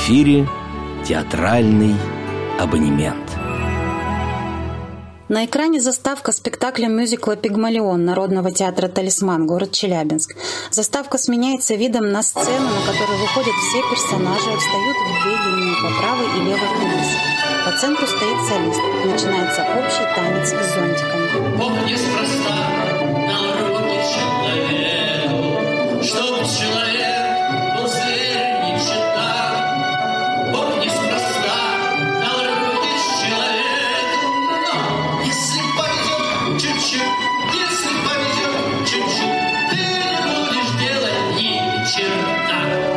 эфире театральный абонемент. На экране заставка спектакля мюзикла «Пигмалион» Народного театра «Талисман», город Челябинск. Заставка сменяется видом на сцену, на которой выходят все персонажи, встают в две линии по правой и левой кулисе. По центру стоит солист. Начинается общий танец с зонтиками. Бог неспроста дал руки человеку, чтоб человек был зверь, не чита. Бог неспроста дал руки человеку, но если повезет чуть-чуть, если повезет чуть-чуть, ты не будешь делать ни черта.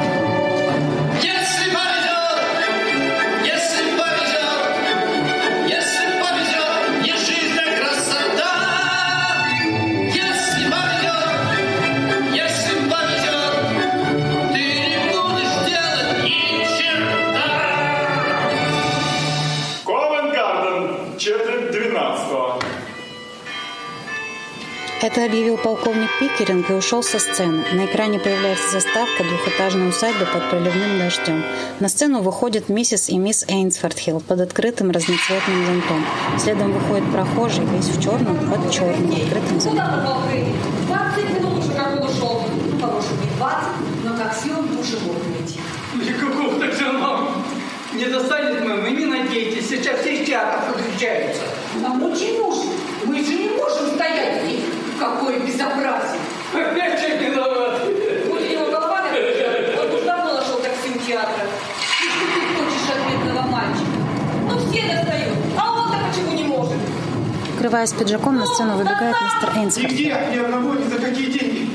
Это объявил полковник Пикеринг и ушел со сцены. На экране появляется заставка двухэтажной усадьбы под проливным дождем. На сцену выходят миссис и мисс Эйнсфорд-Хилл под открытым разноцветным зонтом. Следом выходит прохожий, весь в черном, под черным открытым зонтом. 20 минут уже как он ушел. Ну, хорошо, не 20, но как съем душе мог найти. Никакого-то все равно не достанет мы не надейтесь, сейчас все театры подключаются. Нам очень нужно. Мы же не можем стоять здесь. Какое безобразие! Опять я виноват. Пусть его голова напряжает. Он уж давно нашел такси у театра. И что ты хочешь от бедного мальчика? Ну все достают, а он-то почему не может? Укрываясь пиджаком, на сцену выбегает мистер Эйнсфорд. Нигде, ни одного, ни за какие деньги.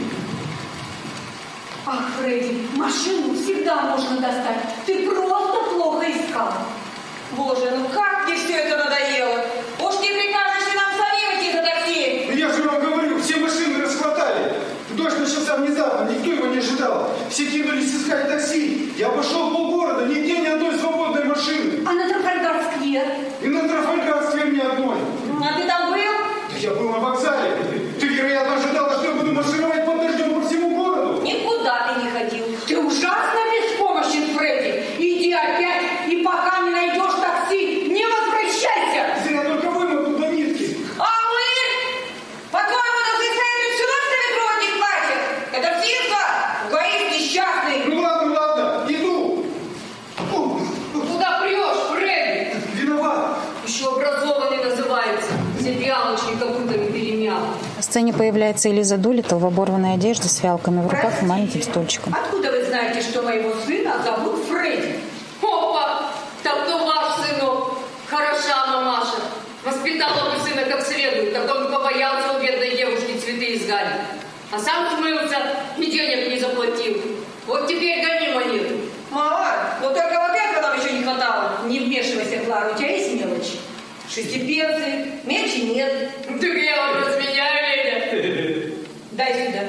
Ах, Фредди, машину всегда можно достать. Ты просто плохо искал. Боже, ну как мне все это надоело? Уж не прикажешь ли нам самим идти за такси? Я же вам говорю, все машины расхватали. Дождь начался внезапно, никто его не ожидал. Все кинулись искать такси. Я обошел полгорода, нигде ни одной свободной машины. А на Трафальгар-сквер? И на Трафальгар-сквер ни одной. А ты там был? Да я был на вокзале. Ты, вероятно, ожидала, что я буду маршировать под дождем по всему городу. Никуда ты не ходил. Ты ужасно беспомощен, Фредди. Иди опять, и пока не найдешь такси, не возвращайся. Зря только вымокнут до нитки. А мы? По-твоему, должны стоять всю ночь на метро в одних платьях? Это птица? Эгоист несчастный. Ну ладно, иду. Куда прешь, Фредди? Виноват. Еще образованный называется. Зебяночки копытами перемял. На сцене появляется Элиза Дулиттл в оборванной одежде с фиалками в руках и маленьким стульчиком. Откуда вы знаете, что моего сына зовут Фредди? Опа! Так то ваш сынок. Хороша мамаша. Воспитала бы сына как следует, так он побоялся у бедной девушки цветы изгадить. А сам смылся и денег не заплатил. Вот теперь гони монету. Мама, ну только вот этого нам еще не хватало. Не вмешивайся, Клара, у тебя есть мелочи? Шестипенсы, мелочи нет. Так я вам разменяю, Леня. Дай сюда.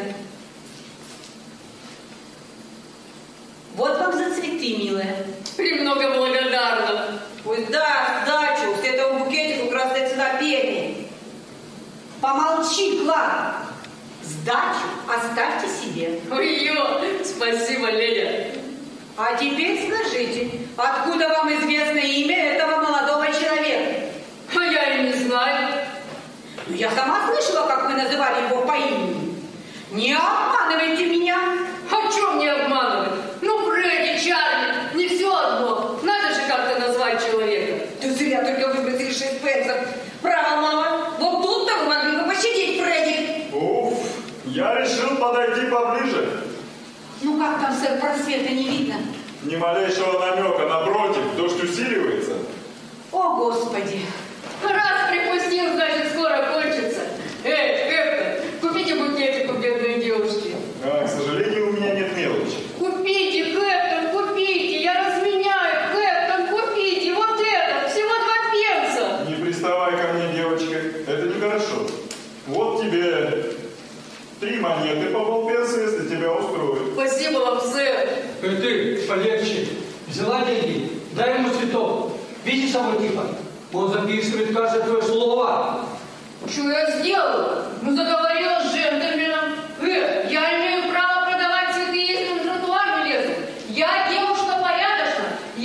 Вот вам за цветы, милая. Премного благодарна. Пусть даст сдачу, с этого букетику красная цена пени. Помолчи, Клара. Сдачу оставьте себе. Ой-ё, спасибо, Леня. А теперь скажите, откуда вам известно имя этого молодого человека? А я и не знаю. Ну, я сама слышала, как вы называли его по имени. Не обманывайте меня. О чем не обманывать? Ну, Фредди, Чарли, не все одно. Надо же как-то назвать человека. Ты зря только выбросили 6 пенсов. Право, мама. Вот тут-то вы могли бы пощадить Фредди. Уф, я решил подойти поближе. Ну, как там, сэр, просвета не видно? Ни малейшего намека, напротив, дождь усиливается. О, Господи. Раз припустил, значит, скоро кончится. Кэптон, купите букетик у бедной девушки. К сожалению, у меня нет мелочи. Купите, Кэптон, купите, я разменяю. Кэптон, купите, вот это, всего 2 пенса. Не приставай ко мне, девочка, это нехорошо. Вот тебе 3 монеты по полпенса, если тебя устроит. Спасибо вам, сэр. Ты, полегче. Взяла деньги, дай ему цветов. Видишь того типа? Он записывает каждое твое слово. Что я сделала? Ну, заговорила с джентльменом. Я имею право продавать цветы, если на тротуар не лезу. Я девушка порядочна.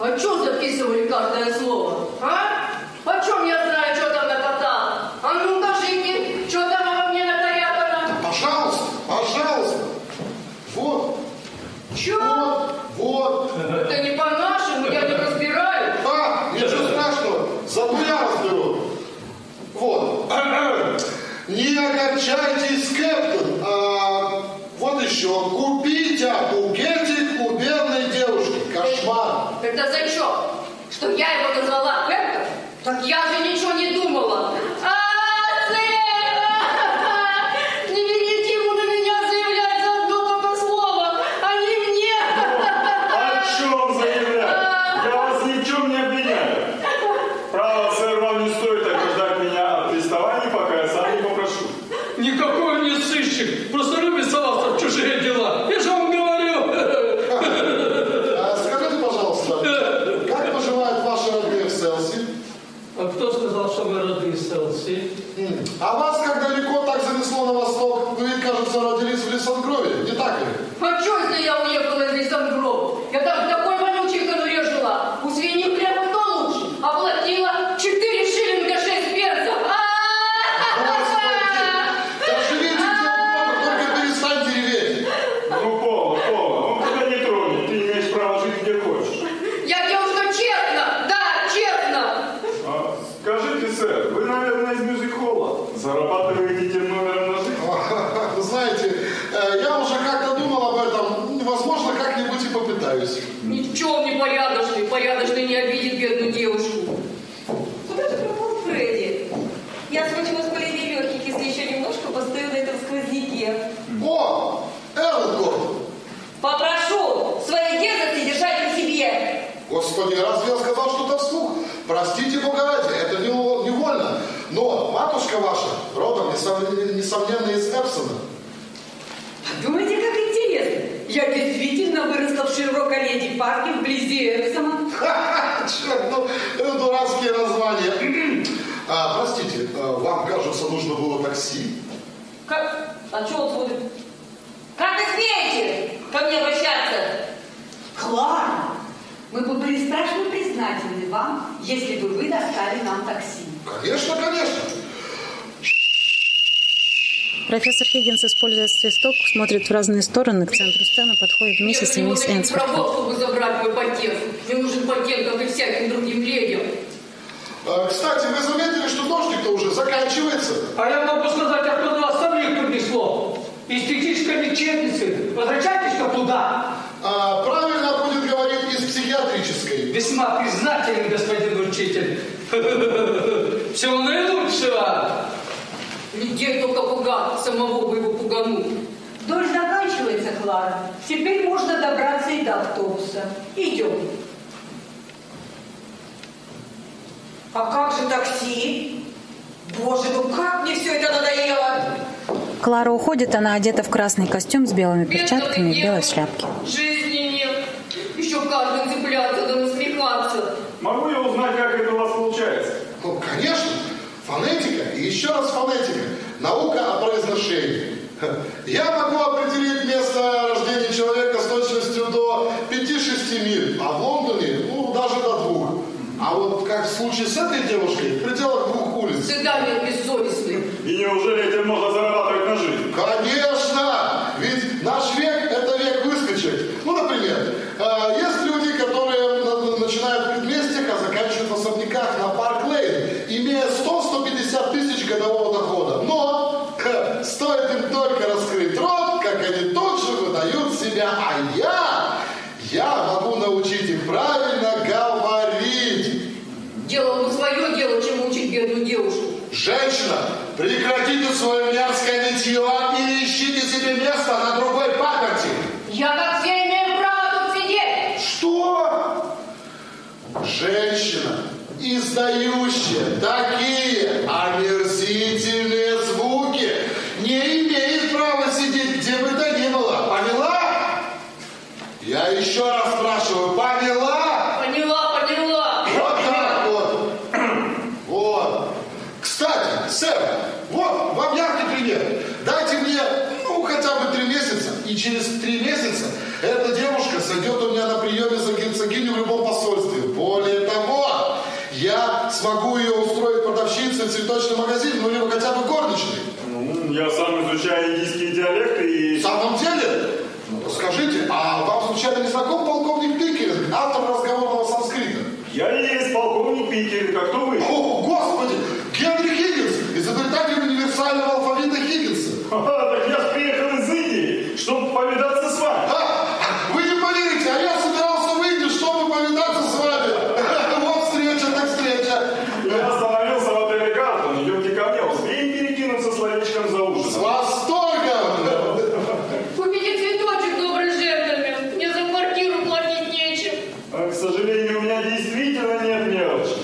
А что записывали каждое слово? А? Почем я знаю, что там написано? А ну, укажите, что там обо мне накорябано? Пожалуйста, пожалуйста. Вот. Чё? Вот. Это не по-нашему, я не разбираю. Ничего страшного. Зато я разберу. Вот. Не огорчайтесь, Кэптон. Вот еще. Купите букетик у бедной девушки. Кошмар. Это зачем? Что я его назвала Кэптон? Так я же ничего не думала. Не берите ему на меня заявлять за одно только слово, а не мне. О чем заявлять? Я вас ни в чем не обвиняю. Право, сэр, вам не стоит ограждать меня от приставаний, пока я сам не попрошу. Никакой не сыщик. Просто любит соваться в чужие дела. Я же вам говорю. Скажите, пожалуйста, как поживают ваши родные в Селси? А кто сказал, что мы родные в Селси? А вас как далеко так занесло на восток? Вы ведь, кажется, родились в Лиссангрове, не так ли? А что, если я уехала из Лиссангрова? Я там в такой вонючей конуре жила. У свиньи хлеба кто лучше? Оплатила 4 шиллинга 6 пенсов. Да живите где угодно, только перестаньте реветь. Ну, Пола, он тебя не тронет. Ты имеешь право жить где хочешь. Я девушка честно, да, честно. Скажите, сэр, вы, наверное, из мюзик-холла. Зарабатываете тем номером на жизнь? Вы знаете, я уже как-то думал об этом. Возможно, как-нибудь и попытаюсь. Ни в чем не порядочный. Порядочный не обидит бедную девушку. Куда же пропал Фредди? Я смочила с полевей легких, если еще немножко постою на этом сквозняке. О, Элгорд! Попрошу свои дерзости держать при себе. Господи, разве я сказал что-то вслух? Простите, Бога ради, это невольно. Но матушка ваша родом, несомненно, из Эпсона. Думаете, как интересно? Я действительно выросла в Широко-Леди-парке вблизи Эпсона. Черт, ну, дурацкие названия. Простите, вам, кажется, нужно было такси? Как? А что он смотрит? Как вы смеете ко мне обращаться? Клара, мы бы были страшно признательны вам, если бы вы достали нам такси. Конечно, конечно. Профессор Хиггинс, используя свисток, смотрит в разные стороны. К центру сцены подходит миссис и мисс Энсфорд. Чтобы забрать мой патент. Мне нужен патент, как и всяким другим ледям. Кстати, вы заметили, что дождик-то уже заканчивается? А я могу сказать, откуда вас самих принесло. Из технической лечебницы. Возвращайтесь-ка туда. Правильно будет говорить из психиатрической. Весьма признателен, господин учитель. Всего наилучшего. Людей только пугать, самого бы его пугануть. Дождь заканчивается, Клара. Теперь можно добраться и до автобуса. Идем. А как же такси? Боже, ну как мне все это надоело! Клара уходит, она одета в красный костюм с белыми перчатками и белой шляпке. Жизни нет. Еще каждый цепляться да насмехаться. Могу я узнать, как это у вас получается? Ну, конечно. Фонетика и еще раз фонетика. Наука о произношении. Я могу определить место рождения человека с точностью до 5-6 миль, а в Лондоне, ну, даже до 2. А вот как в случае с этой девушкой, в пределах 2 улиц. Всегда нет бессовестных. И неужели этим можно зарабатывать на жизнь? Конечно! Ведь наш век – это век выскочек. Ну, например, есть люди, которые начинают в предместьях, а заканчивают в особняках на Парк-Лейн, имея 100-150 тысяч годового дохода. Но стоит им только раскрыть рот, как они тут же выдают себя. А я могу научить их правильно говорить. Делал бы свое дело, чем учить бедную девушку. Женщина, прекратите свое мерзкое нытье и ищите себе место на другой паперти. Я как все имею право тут сидеть. Что? Женщина, издающая такие омерзительные звуки, не имеет права сидеть где бы то ни было. Поняла? Я еще раз спрашиваю, поняла? Поняла. Вот так вот. Вот. Кстати, сэр, вот вам яркий пример. Дайте мне, хотя бы 3 месяца, и через 3 месяца эта девушка произойдет у меня на приеме за герцогиню в любом посольстве. Более того, я смогу ее устроить продавщицей в цветочный магазин, ну, либо хотя бы горничной. Ну, я сам изучаю индийские диалекты и... В самом деле? Ну, скажите, а вам случайно не знаком полковник Пикеринг, автор разговорного санскрита? Я и есть полковник Пикеринг, а кто вы? О, Господи! Генри Хиггинс, изобретатель универсального алфавита Хиггинса. Так я приехал из Индии, чтобы повидаться с вами. Вы не поверите, а я собирался в Индию, чтобы повидаться с вами. Вот встреча, так встреча. Я остановился в отеле Картон. Идемте ко мне, успеем перекинуться словечком за ужин. С восторгом! Купите цветочек, добрый джентльмен. Мне за квартиру платить нечем. К сожалению, у меня действительно нет мелочи.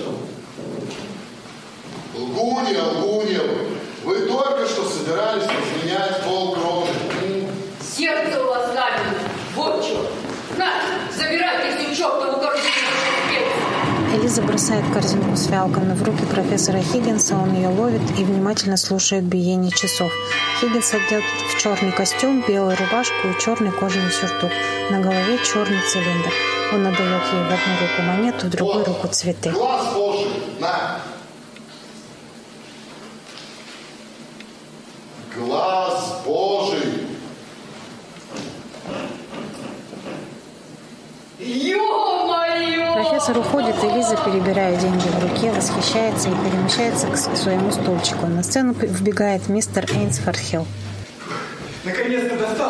Лгунья, вы только что собирались разменять полкроны. Сердце у вас каменное. Вот что. На, забирайте всю чертову корзину. Элиза бросает корзинку с фиалками в руки профессора Хиггинса, он ее ловит и внимательно слушает биение часов. Хиггинс одет в черный костюм, белую рубашку и черный кожаный сюртук. На голове черный цилиндр. Он отдает ей в одну руку монету, в другую руку цветы. Глаз Божий, на! Глаз Божий! Ё-моё! Профессор уходит, и Лиза, перебирая деньги в руке, восхищается и перемещается к своему стульчику. На сцену вбегает мистер Эйнсфорд Хилл. Наконец-то достал.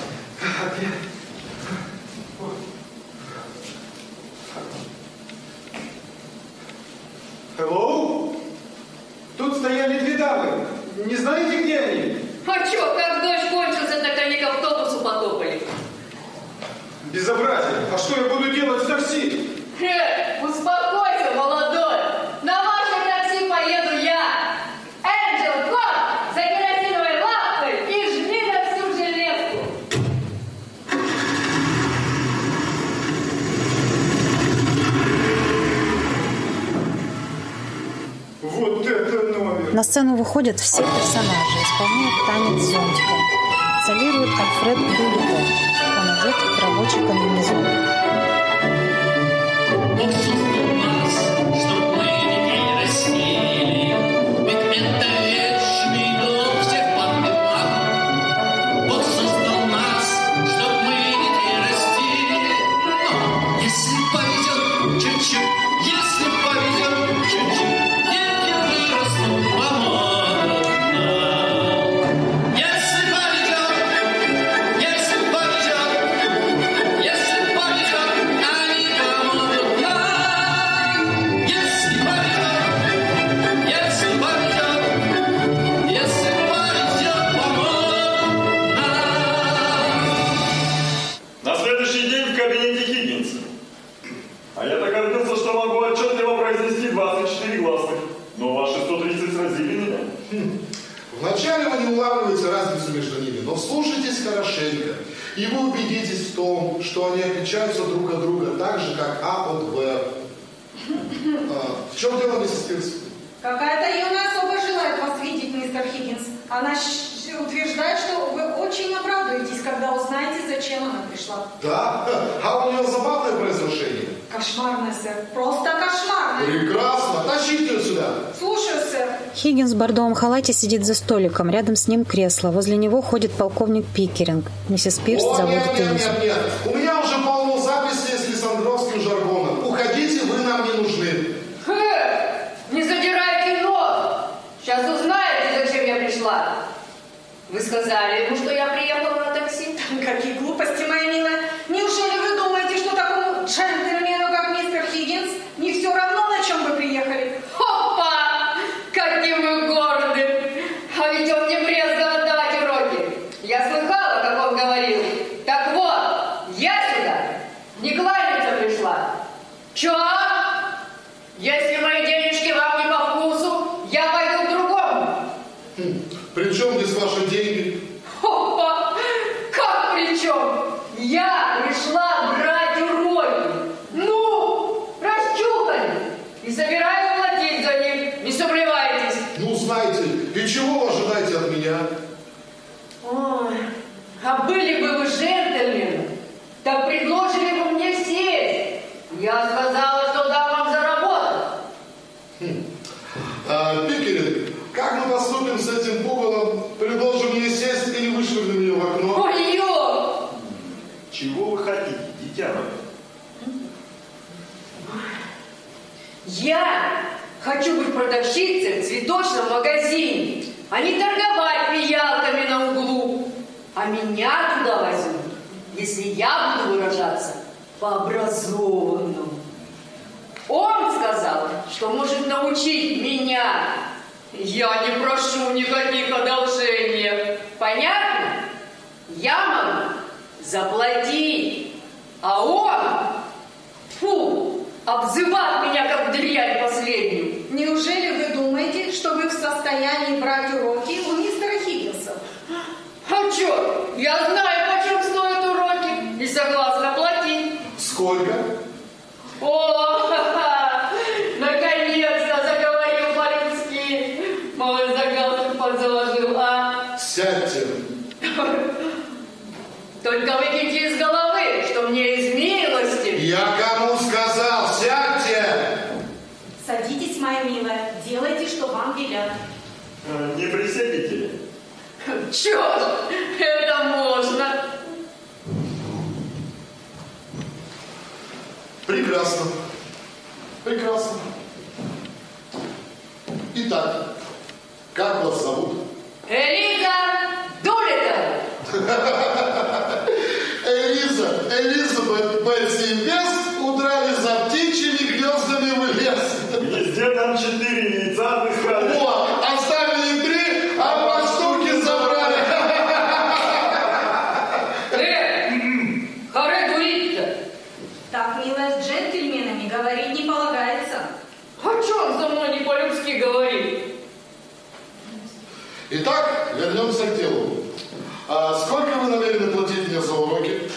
Hello? Тут стояли две дамы. Не знаете, где они? А чё, как дождь кончился, так они к автобусу потопали. Безобразие. А что я буду делать в такси? Успокойся, молодой. На ваше такси поеду я. Энджел, вот, за керосиновой лампой и жми на всю железку. Вот это номер. На сцену выходят все персонажи, исполняют танец с зонтиком. Солирует Альфред Дулитл. Он одет в рабочий комбинезон. Бог создал нас, чтоб мы детей растили. Ведь это вечный долг всех пап и мам. Бог создал нас, чтоб мы детей растили. Но если повезет чуть-чуть, если повезет чуть-чуть, дети вырастут, помогут нам. Если повезет, если повезет, если повезет, они помогут нам. Если повезет, если повезет, помогут нам. На следующий день в кабинете Хиггинса. А я так гордился, что могу отчетливо произнести 24 гласных. Но ваши 130 сразили меня. Вначале вы не улавливаете разницу между ними, но вслушайтесь хорошенько, и вы убедитесь в том, что они отличаются друг от друга так же, как А от Б. В чем дело, миссис Пирс? Какая-то юная особа желает вас видеть, мистер Хиггинс. Она утверждает, что вы очень обрадуетесь, когда узнаете, зачем она пришла. Да? А у нее забавное произношение. Кошмарная, сэр. Просто кошмарная. Прекрасно. Тащите ее сюда. Слушаю, сэр. Хиггинс в бордовом халате сидит за столиком. Рядом с ним кресло. Возле него ходит полковник Пикеринг. Миссис Пирс заводит Элизу. Нет. У меня уже полно записей с лиссандровским жаргоном. Уходите, вы нам не нужны. Не задирайте нос. Сейчас узнаете, зачем я пришла. Вы сказали ему, что я приехала на такси? Какие глупости, моя милая. Неужели вы думаете, что такому джентльмену, как мистер Хиггинс, не все равно, на чем вы приехали? Опа! Какие вы горды! А ведь он не брезгал отдавать уроки. Я слыхала, как он говорил. Так вот, я сюда не кланяться пришла. Чё? Если мои денежки вам не по вкусу, я пойду к другому. При чем здесь ваши деньги? Опа! Как при чем? Я пришла брать уроки. Ну, расчухали. И собираюсь платить за них. Не сомневайтесь. Ну, знаете, и чего вы ожидаете от меня? Ой, а были бы вы джентльмены, так предложили Чего вы хотите, дитя мое? Я хочу быть продавщицей в цветочном магазине, а не торговать пиявками на углу. А меня туда возьмут, если я буду выражаться по-образованному. Он сказал, что может научить меня. Я не прошу никаких одолжений. Понятно? Я могу заплатить, а он, обзывает меня как дрянь последнюю. Неужели вы думаете, что вы в состоянии брать уроки у мистера Хиггинса? А чё? Я знаю, почем стоят уроки и согласна платить. Сколько? О, наконец-то заговорил по-людски. Малый загалстук подзаложил, а? Сядьте. Только выкиньте из головы, что мне из милости. Я кому сказал? Сядьте! Садитесь, моя милая, делайте, что вам велят. Не присядете ли? Чё ж, это можно. Прекрасно. Прекрасно. Итак, как вас зовут? Элиза Дулиттл. Элизабет Бетси и Вест удрали за птичьими гнездами в лес. Везде там 4 яйца отыскали. Вот, оставили 3, а по штуке забрали. Харе дурить-то. Так, милая, с джентльменами говорить не полагается. А чё он со мной не по-людски говорит? Итак, вернемся к делу. А сколько вы намерены платить мне за уроки?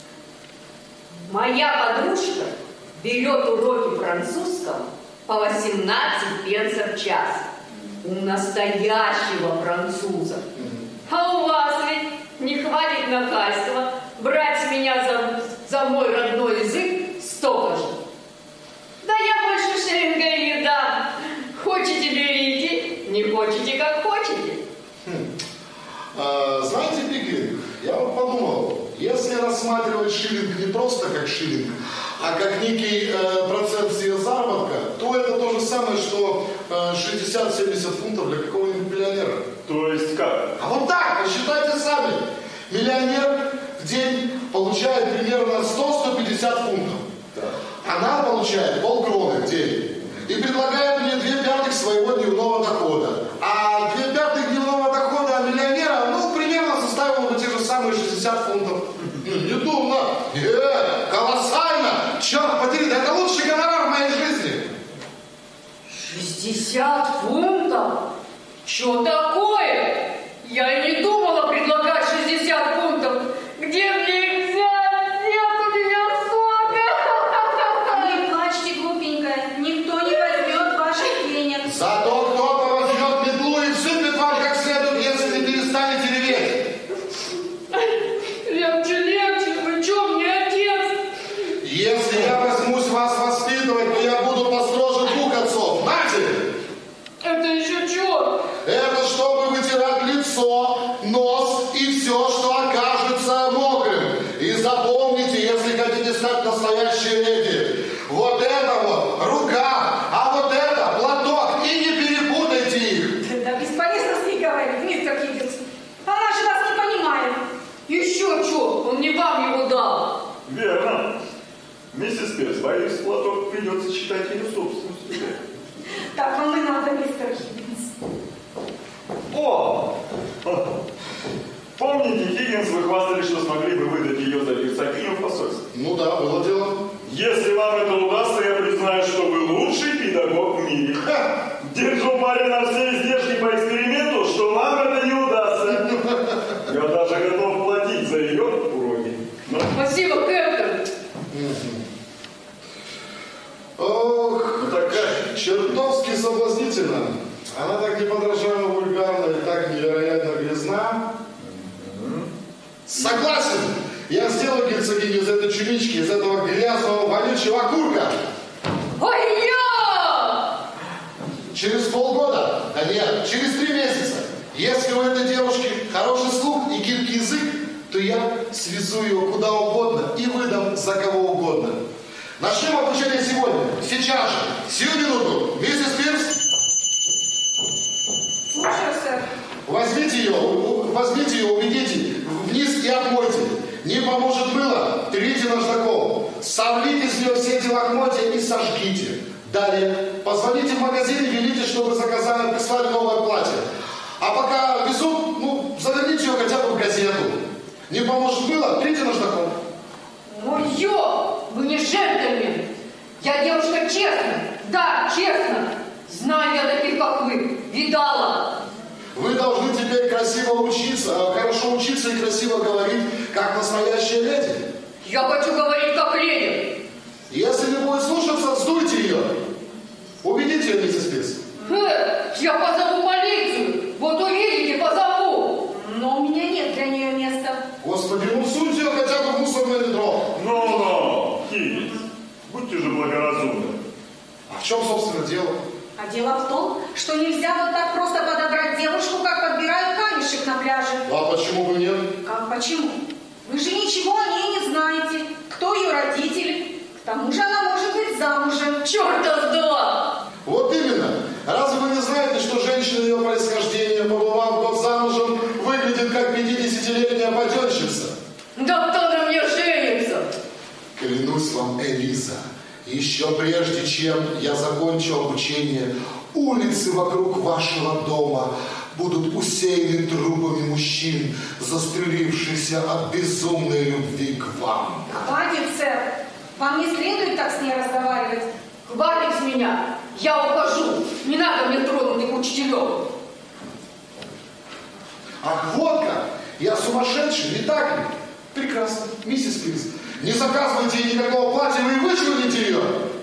Моя подружка берет уроки французского по 18 пенсов в час. У настоящего француза. А у вас ведь не хватит нахальства брать с меня за мой родной язык столько же. Да я больше шиллинга и не дам. Хотите, берите, не хотите, как хотите. Знаете, Пиквик, я вот подумал, если рассматривать шиллинг не просто как шиллинг, а как некий процент с ее заработка, то это то же самое, что 60-70 фунтов для какого-нибудь миллионера. То есть как? А вот так, посчитайте сами. Миллионер в день получает примерно 100-150 фунтов. Она получает полкроны в день. И предлагает мне 2/5 своего дневного дохода. А 2/5 дневного дохода миллионера, примерно составило бы те же самые 60 фунтов. Не думно. Колоссально. Черт подери, да это лучший гонорар в моей жизни. 60 фунтов? Что такое? Я и не думала предлагать 60 фунтов. Где мне их взять? Нет у меня столько. Не плачьте, глупенькая, никто не возьмет ваших денег. Зато кто-то возьмет метлу и всыпет вам как следует, если не перестанете реветь. Легче, вы что, мне отец? Если я возьмусь вас воспитывать, то я буду построже 2 отцов. Знаете? Это еще что? Это чтобы вытирать лицо, нос и все, что окажется мокрым. И запомните, если хотите стать настоящей леди, вот это вот рука, а вот это платок, и не перепутайте их. Да бесполезно с ней говорить, мистер Хиггинс. Она же вас не понимает. Еще что? Он не вам его дал. Верно. Миссис Пирс, боюсь, платок придется считать ее собственностью. Так вам и надо, мистер Хиггинс. О! Помните, Хиггинс, вы хвастались, что смогли бы выдать ее за герцогиню в посольстве? Ну да, было дело. Если вам это удастся, я признаю, что вы лучший педагог в мире. Держу пари на все издержки по эксперименту, что вам это не удастся. Я даже готов платить за ее уроки. Но... Спасибо, Кэптон. Ох, такая чертовски соблазнительно. Она так неподражаемо вульгарна и так невероятно грязна. Согласен! Я сделаю герцогиню из этой чумички, из этого грязного, вонючего окурка. Ой-я! Через полгода, нет, через 3 месяца. Если у этой девушки хороший слух и гибкий язык, то я свезу ее куда угодно и выдам за кого угодно. Начнем обучение сегодня. Сейчас же. Сию минуту. Миссис Пирс. Слушаю, сэр. Возьмите ее, уведите вниз и отмойте. Не поможет мыло, трите наждаком. Сорвите с нее все эти лохмотья и сожгите. Далее позвоните в магазин и велите, чтобы заказали, прислали новое платье. А пока везут, заверните ее хотя бы в газету. Не поможет мыло, трите наждаком. Ой-ё, вы не джентльмен. Я девушка честная. Да, честно. Знаю я таких, как вы. Видала. Вы должны теперь красиво учиться, хорошо учиться и красиво говорить, как настоящая леди. Я хочу говорить, как леди. Если не будет слушаться, сдуйте ее. Уведите ее, миссис Пирс. Я позову полицию. Вот увидите, позову. Но у меня нет для нее места. Господи, суньте ее хотя бы в мусорное ведро. Ну, Хиггинс, будьте же благоразумны. А в чем, собственно, дело? А дело в том, что нельзя вот так просто подобрать девушку, как подбирают камешек на пляже. А почему бы нет? Как почему? Вы же ничего о ней не знаете. Кто ее родители? К тому же она может быть замужем. Чёрта с два! Вот именно. Разве вы не знаете, что женщина ее происхождения, побывав год замужем, выглядит как 50-летняя паденщица? Да кто на мне женится? Клянусь вам, Элиза, еще прежде, чем я закончу обучение, улицы вокруг вашего дома будут усеяны трупами мужчин, застрелившихся от безумной любви к вам. Хватит, сэр. Вам не следует так с ней разговаривать. Хватит с меня. Я ухожу. Не надо мне тронутых учителев. Ах, вот как! Я сумасшедший, не так ли? Прекрасно, миссис Пирс. Не заказывайте ей никакого платья, вы вычурните ее.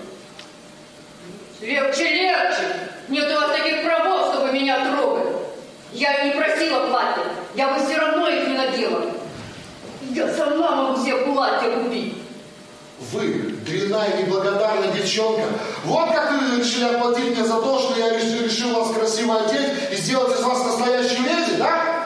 Легче. Нет у вас таких правов, чтобы меня трогать. Я и не просила платья. Я бы все равно их не надела. Я сама могу себе платье купить. Вы, дрянная и неблагодарная девчонка, вот как вы решили оплатить мне за то, что я решил вас красиво одеть и сделать из вас настоящую леди, да?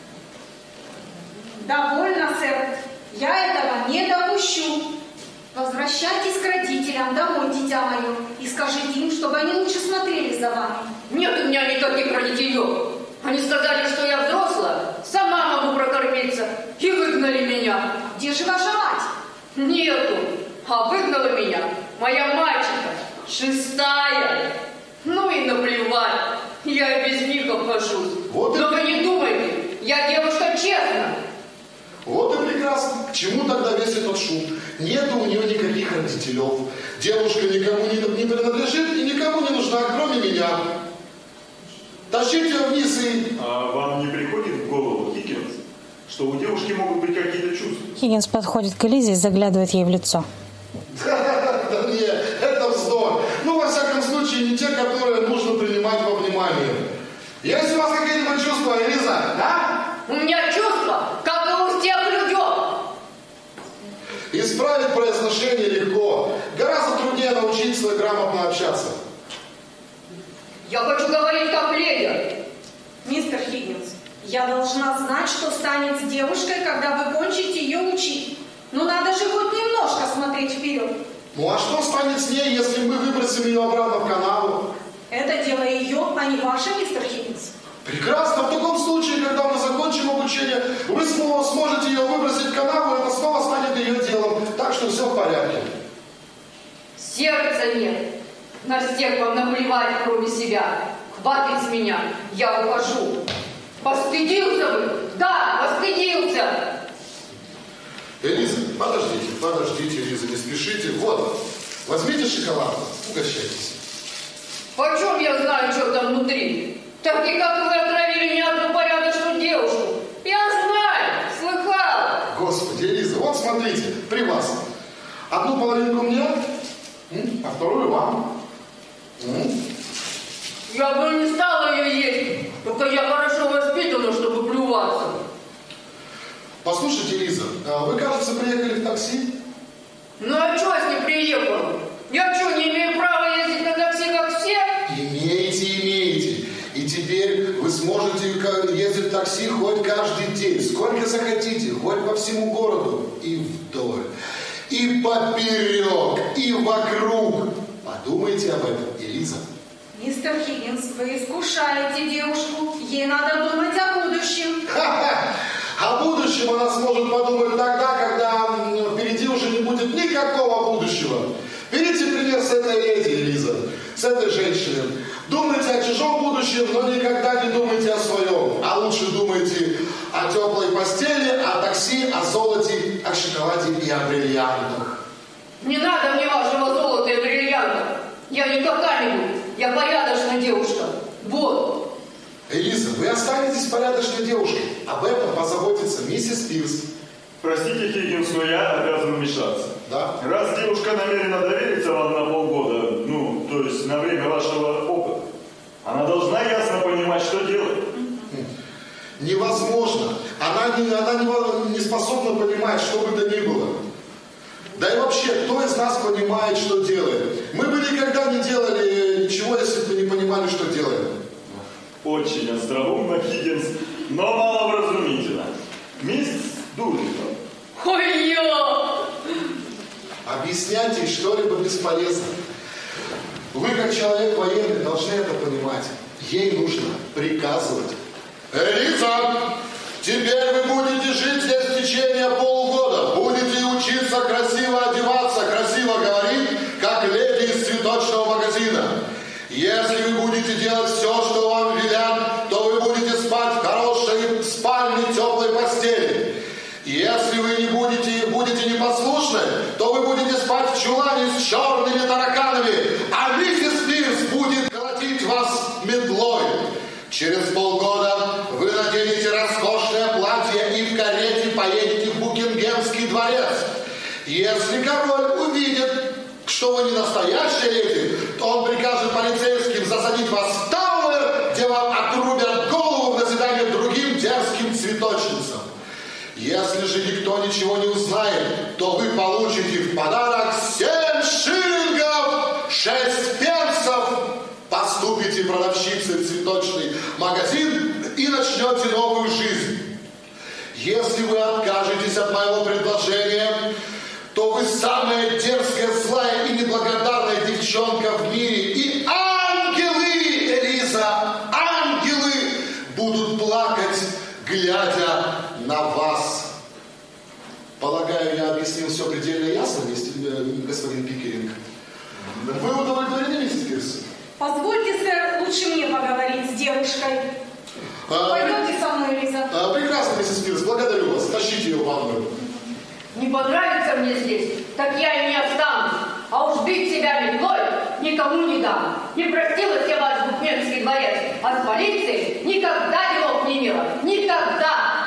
Довольно, сэр. Я этого не допущу. Возвращайтесь к родителям домой, дитя мое, и скажите им, чтобы они лучше смотрели за вами. Нет у меня никаких родителей. Они сказали, что я взрослая, сама могу прокормиться, и выгнали меня. Где же ваша мать? Нету. А выгнала меня моя мачеха, 6-я. Ну и наплевать, я и без них обхожусь. Вот но вы не думайте, я девушка честная. Вот и прекрасно. К чему тогда весь этот шум? Нету у нее никаких родителей. Девушка никому не принадлежит и никому не нужна, кроме меня. Тащите ее вниз и... А вам не приходит в голову, Хиггинс, что у девушки могут быть какие-то чувства? Хиггинс подходит к Элизе и заглядывает ей в лицо. Да нет, это вздор. Ну, во всяком случае, не те, которые нужно принимать во внимание. Есть у вас какие-нибудь чувства, Элиза, да? У меня чувства, как и у всех людей. Исправить произношение легко. Гораздо труднее научиться грамотно общаться. Я хочу говорить как леди. Мистер Хиггинс, я должна знать, что станет с девушкой, когда вы кончите ее учить. Ну, надо же хоть немножко смотреть вперед. Ну, а что станет с ней, если мы выбросим ее обратно в канаву? Это дело ее, а не ваше, мистер Хиггинс. Прекрасно. В таком случае, когда мы закончим обучение, вы снова сможете ее выбросить в канаву, и это снова станет ее делом. Так что все в порядке. Сердца нет. На всех вам наплевать, кроме себя. Хватит с меня, я ухожу. Постыдился вы? Да, постыдился. Элиза, подождите, Элиза, не спешите. Вот, возьмите шоколад, угощайтесь. Почем я знаю, что там внутри? Так и как вы отравили мне одну порядочную девушку. Я знаю, слыхала. Господи, Элиза, вот смотрите, при вас. Одну половинку мне, а вторую вам. Я бы не стала ее есть, только я хорошо воспитана, чтобы плюваться. Послушайте, Лиза, вы, кажется, приехали в такси? Ну а что с ним приехала? Я что, не имею права ездить на такси, как все? Имеете. И теперь вы сможете ездить в такси хоть каждый день, сколько захотите, хоть по всему городу, и вдоль, и поперек, и вокруг. Подумайте об этом, Элиза. Мистер Хиггинс, вы искушаете девушку. Ей надо думать о будущем. О будущем она сможет подумать тогда, когда впереди уже не будет никакого будущего. Берите пример с этой леди, Элиза, с этой женщиной. Думайте о чужом будущем, но никогда не думайте о своем. А лучше думайте о теплой постели, о такси, о золоте, о шоколаде и о бриллиантах. Не надо мне вашего золота и бриллиантов. Я не какая-нибудь, я порядочная девушка. Вот. Элиза, вы останетесь порядочной девушкой. Об этом позаботится миссис Пирс. Простите, Хиггинс, но я обязан вмешаться. Да? Раз девушка намерена довериться вам на полгода, ну, то есть на время вашего опыта, она должна ясно понимать, что делать. Невозможно. Она не способна понимать, что бы то ни было. Да и вообще, кто из нас понимает, что делает? Мы бы никогда не делали ничего, если бы не понимали, что делаем. Очень остроумно, Хиггинс, но маловразумительно. Мисс Дулиттл. Ой-ё! Объяснять ей что-либо бесполезно. Вы, как человек военный, должны это понимать. Ей нужно приказывать. Элиза, теперь вы будете жить здесь в течение полугода. Будете учиться красиво одеваться, красиво говорить, как леди из цветочного магазина. Если вы будете делать все, что вам велят, то вы будете спать в хорошей спальне, теплой постели. Если вы будете непослушны, то вы будете спать в чулане с черными тараканами, а миссис Пирс будет колотить вас метлой. Через полгода вы наденете роскошное платье и в карете поедете в Букингемский дворец. Если король увидит, что вы не настоящая леди, то он прикажет полицейским засадить вас в Тауэр, где вам отрубят голову в назидание другим дерзким цветочницам. Если же никто ничего не узнает, то вы получите в подарок 7 шиллингов, 6 пенсов. Поступите продавщицей в цветочный магазин и начнете новую жизнь. Если вы откажетесь от моего предложения, то вы самая дерзкая, злая и неблагодарная девчонка в мире. И ангелы, Элиза, ангелы будут плакать, глядя на вас. Полагаю, я объяснил все предельно ясно, господин Пикеринг. Вы удовлетворены, миссис Пирс? Позвольте, сэр, лучше мне поговорить с девушкой. Пойдемте со мной, Элиза. Прекрасно, миссис Пирс, благодарю вас. Тащите ее в ванную. Не понравится мне здесь, так я и не останусь. А уж бить себя метлой никому не дам. Не простилась я вас в Букингемский дворец, а с полицией никогда делов не имела. Никогда!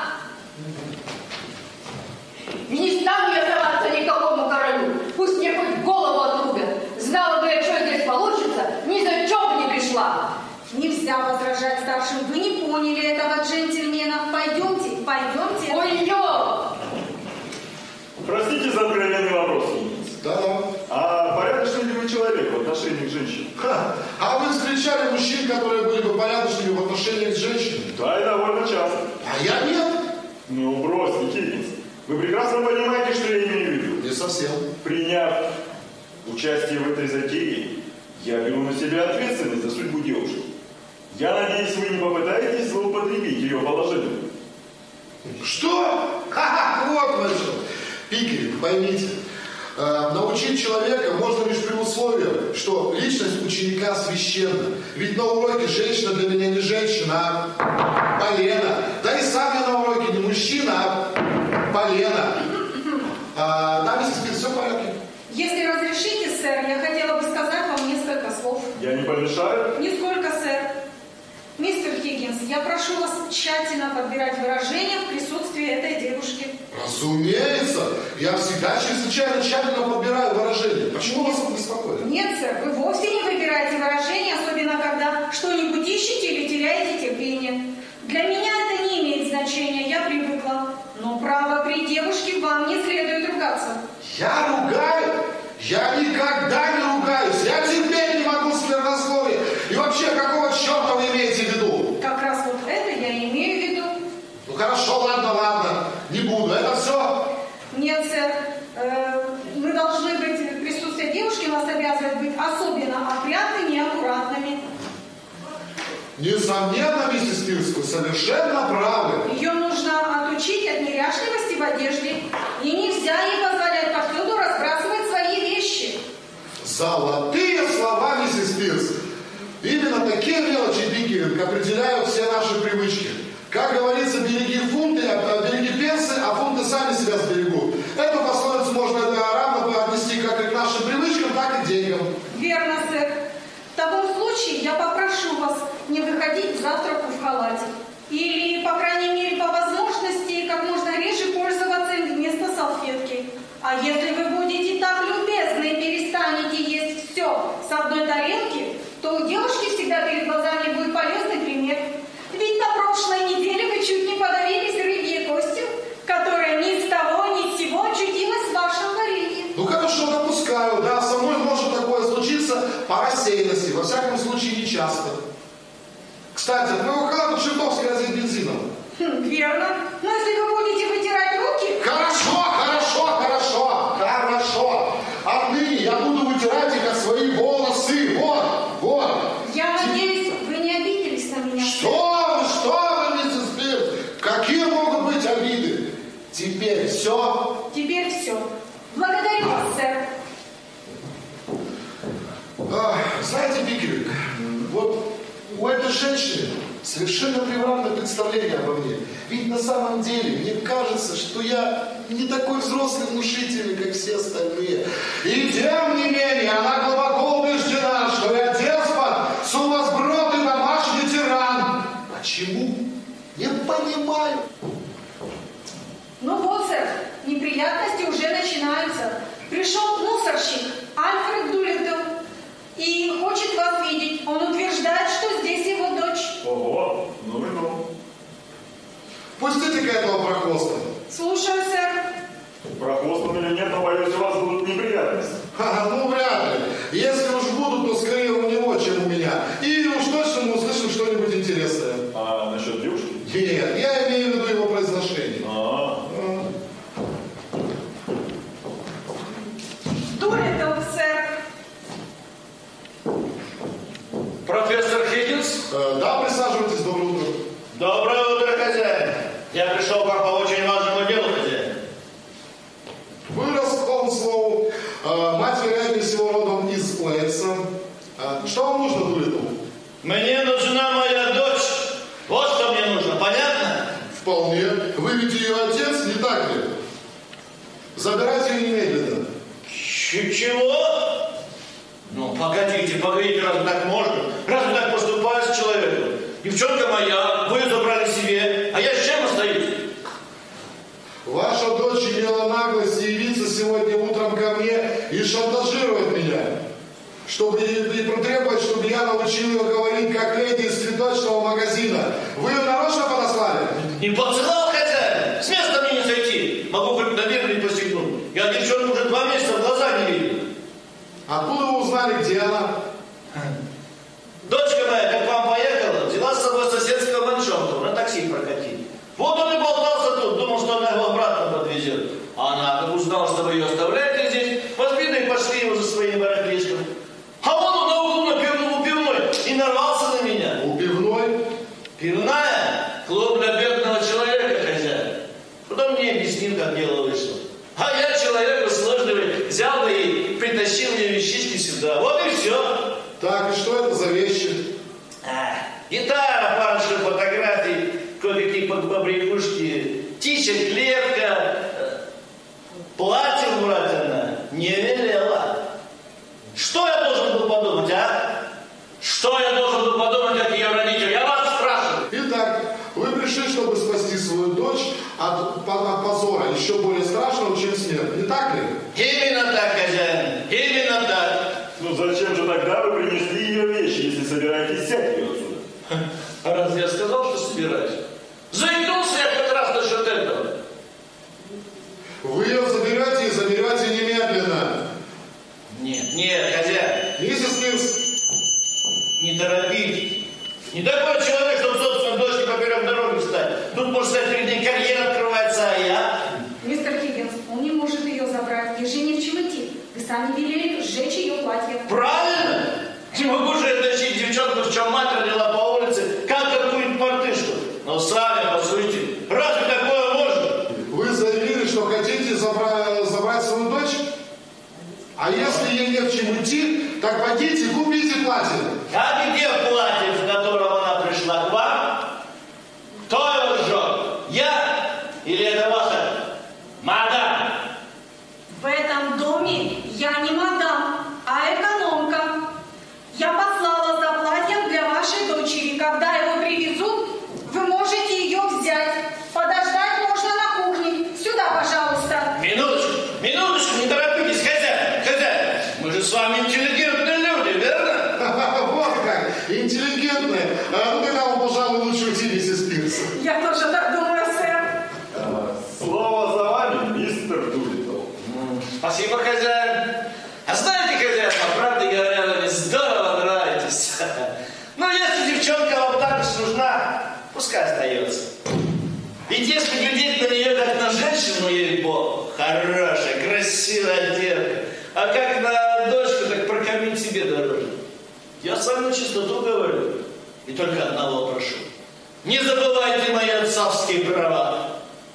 И не стану я сдаваться никакому королю. Пусть мне хоть голову отрубят. Знала бы я, что здесь получится, ни за что бы не пришла. Нельзя возражать старшим. Вы не поняли этого джентльмена. Пойдемте, пойдемте. Ой-ё! Простите за откровенный вопрос, Хиггинс. Да. А порядочный ли вы человек в отношении к женщине? А вы встречали мужчин, которые были бы порядочными в отношении к женщине? Да, и довольно часто. А я нет. Ну, бросьте, Хиггинс. Вы прекрасно понимаете, что я имею в виду. Не совсем. Приняв участие в этой затее, я беру на себя ответственность за судьбу девушки. Я надеюсь, вы не попытаетесь злоупотребить ее положением. Что? Ха-ха, вот вы что. Пикеринг, поймите, научить человека можно лишь при условии, что личность ученика священна. Ведь на уроке женщина для меня не женщина, а полено. Да и сам я на уроке не мужчина, а полено. Да, миссис Пирс, все в порядке? Если разрешите, сэр, я хотела бы сказать вам несколько слов. Я не помешаю? Нисколько, сэр. Мистер Хиггинс, я прошу вас тщательно подбирать выражения в присутствии этой девушки. Разумеется, я всегда чрезвычайно тщательно подбираю выражения. Почему вас это беспокоит? Нет, сэр, вы вовсе не выбираете выражения, особенно когда что-нибудь ищете или теряете терпение. Для меня это не имеет значения, я привыкла. Но право, при девушке вам не следует ругаться. Я ругаю? Я никогда не ругаюсь. Я терпеть не могу сквернословие. И вообще, какого черта вы имеете в виду? Как раз вот несомненно, миссис Пирс, вы совершенно правы. Ее нужно отучить от неряшливости в одежде. И нельзя ей позволять повсюду разбрасывать свои вещи. Золотые слова, миссис Пирс. Именно такие мелочи, Пикеринг, определяют все наши привычки. Как говорится, береги пенсы, а фунты сами себя сберегут. Эту пословицу можно равно отнести как и к нашим привычкам, так и к деньгам. Верно, сэр. В таком случае я попрошу вас не выходить к завтраку в халате. Или, по крайней мере, по возможности, как можно реже пользоваться им вместо салфетки. А если вы будете так любезны и перестанете есть все с одной тарелки, то у девушки всегда перед глазами будет полезный пример. Ведь на прошлой неделе вы чуть не подавились рыбьей костью, которая ни с того ни с сего очутилась в вашем варенье. Ну хорошо, допускаю, да, со мной может такое случиться по рассеянности, во всяком случае не часто. Кстати, от моего халата чертовски разит бензином. Верно. Но если вы будете вытирать руки... Хорошо. Отныне я буду вытирать их от свои волосы. Вот. Я надеюсь, вы не обиделись на меня. Что вы, миссис Пирс? Какие могут быть обиды? Теперь все? Теперь все. Благодарю вас, сэр. Знаете, Пикеринг, вот у этой женщины совершенно превратное представление обо мне. Ведь на самом деле мне кажется, что я не такой взрослый, внушительный, как все остальные. И тем не менее, она глубоко убеждена, что я деспот, сумасброд и домашний тиран. Почему? Не понимаю. Ну вот, сэр, неприятности уже начинаются. Пришел мусорщик Альфред Дулиттл и хочет вас видеть. Он утверждает, что здесь его дочь. Ого, ну. Пустите-ка этого прохвоста. Слушаю, сэр. Прохвостом или нет, но боюсь, у вас будут неприятности. Ну вряд ли. Если уж будут, то скорее у него, чем у меня. И уж точно мы услышим что-нибудь интересное. А насчет девушки? Нет, я имею в виду его произношение. Дулиттл, сэр. Профессор Хиггинс? Да, присаживайтесь, доброе утро. Доброе утро, хозяин. Я пришел к вам по очень важному делу, хозяин. Вырос Холмслоу. Мать, вероятнее всего, родом из Уэльса. Что вам нужно, Дулиттл? Мне нужна моя дочь. Вот что мне нужно, понятно? Вполне. Вы ведь ее отец, не так ли? Забирайте ее немедленно. Чего? Ну, погодите, разве так можно? Разве так поступает с человеком? Девчонка моя, вы ее забрали себе, а я с чем остаюсь? Ваша дочь имела наглость явиться сегодня утром ко мне и шантажировать меня, чтобы и потребовать, чтобы я научил ее говорить как леди из цветочного магазина. Вы ее нарочно подослали? Не посылал, хозяин. С места мне не сойти. Могу хоть на верный посягнуть. Я девчонку уже 2 месяца в глаза не видел. Откуда вы узнали, где она? Дочка моя, как вам поехала, взяла с собой соседского мальчонку на такси прокатить. Вот он и болтался тут, думал, что она его обратно подвезет. А она, как узнала, что вы ее оставляете здесь, возбиды и пошли его за своим барахлишком. А он на углу на пивной и нарвался на меня. У пивной? Пивная? Клуб для бедного человека, хозяин. Потом мне объяснил, как дело вышло. А я человек услужливый, взял бы и притащил ее вещички сюда. Вот и все. Так, и что это за вещи? Гитара, парочка фотографий, кое-какие побрякушки, птичья клетка. Платье брать она не велела. Что я должен был подумать, а? Что я должен был подумать, как ее родитель? Я вас спрашиваю. Итак, вы пришли, чтобы спасти свою дочь от позора, еще более страшного, чем смерть. Не так ли? Именно так, хозяин. Именно так. Ну зачем же тогда вы принесли ее вещи, если собираетесь взять ее отсюда? А разве я сказал, что собираюсь? Заикнулся я хоть раз насчет этого. Вы ее заберете и заберете немедленно. Нет, хозяин. Миссис Пирс. Не торопитесь. Не такой человек, чтобы собственной дочке поперек дороги встать. Тут, может сказать, перед ней карьера открывается, а я... Мистер Хиггинс, он не может ее забрать. Ей же не в чем идти. Вы сами велели сжечь ее платье. Правильно? Не могу же я тащить девчонку, в чем мать если ей нет чем идти, так пойдите, купите платье. А где платье, в котором она пришла к вам? Кто его жжет? Я или это ваша мадам? В этом доме я не мадам, а экономка. Я послала за платьем для вашей дочери. Когда его привезут, вы можете ее взять. Подождать можно на кухне. Сюда, пожалуйста. Минуточку, не торопитесь, хозяин. Мы же с вами интеллигентные люди, верно? Вот как, интеллигентные. Ну тогда вы, пожалуй, лучше уйти, миссис Пирс. Я тоже так думаю, сэр. Слово за вами, мистер Дулиттл. Спасибо, хозяин. А знаете, хозяин, правда говоря, вы мне здорово нравитесь. Но если девчонка вам так уж нужна, пускай остается. Ведь если глядеть на нее как на женщину, ей-богу, хорошая, красивая девка, а как на дочку, так прокормить себе дороже. Я с вами на чистоту говорю. И только одного прошу. Не забывайте мои отцовские права.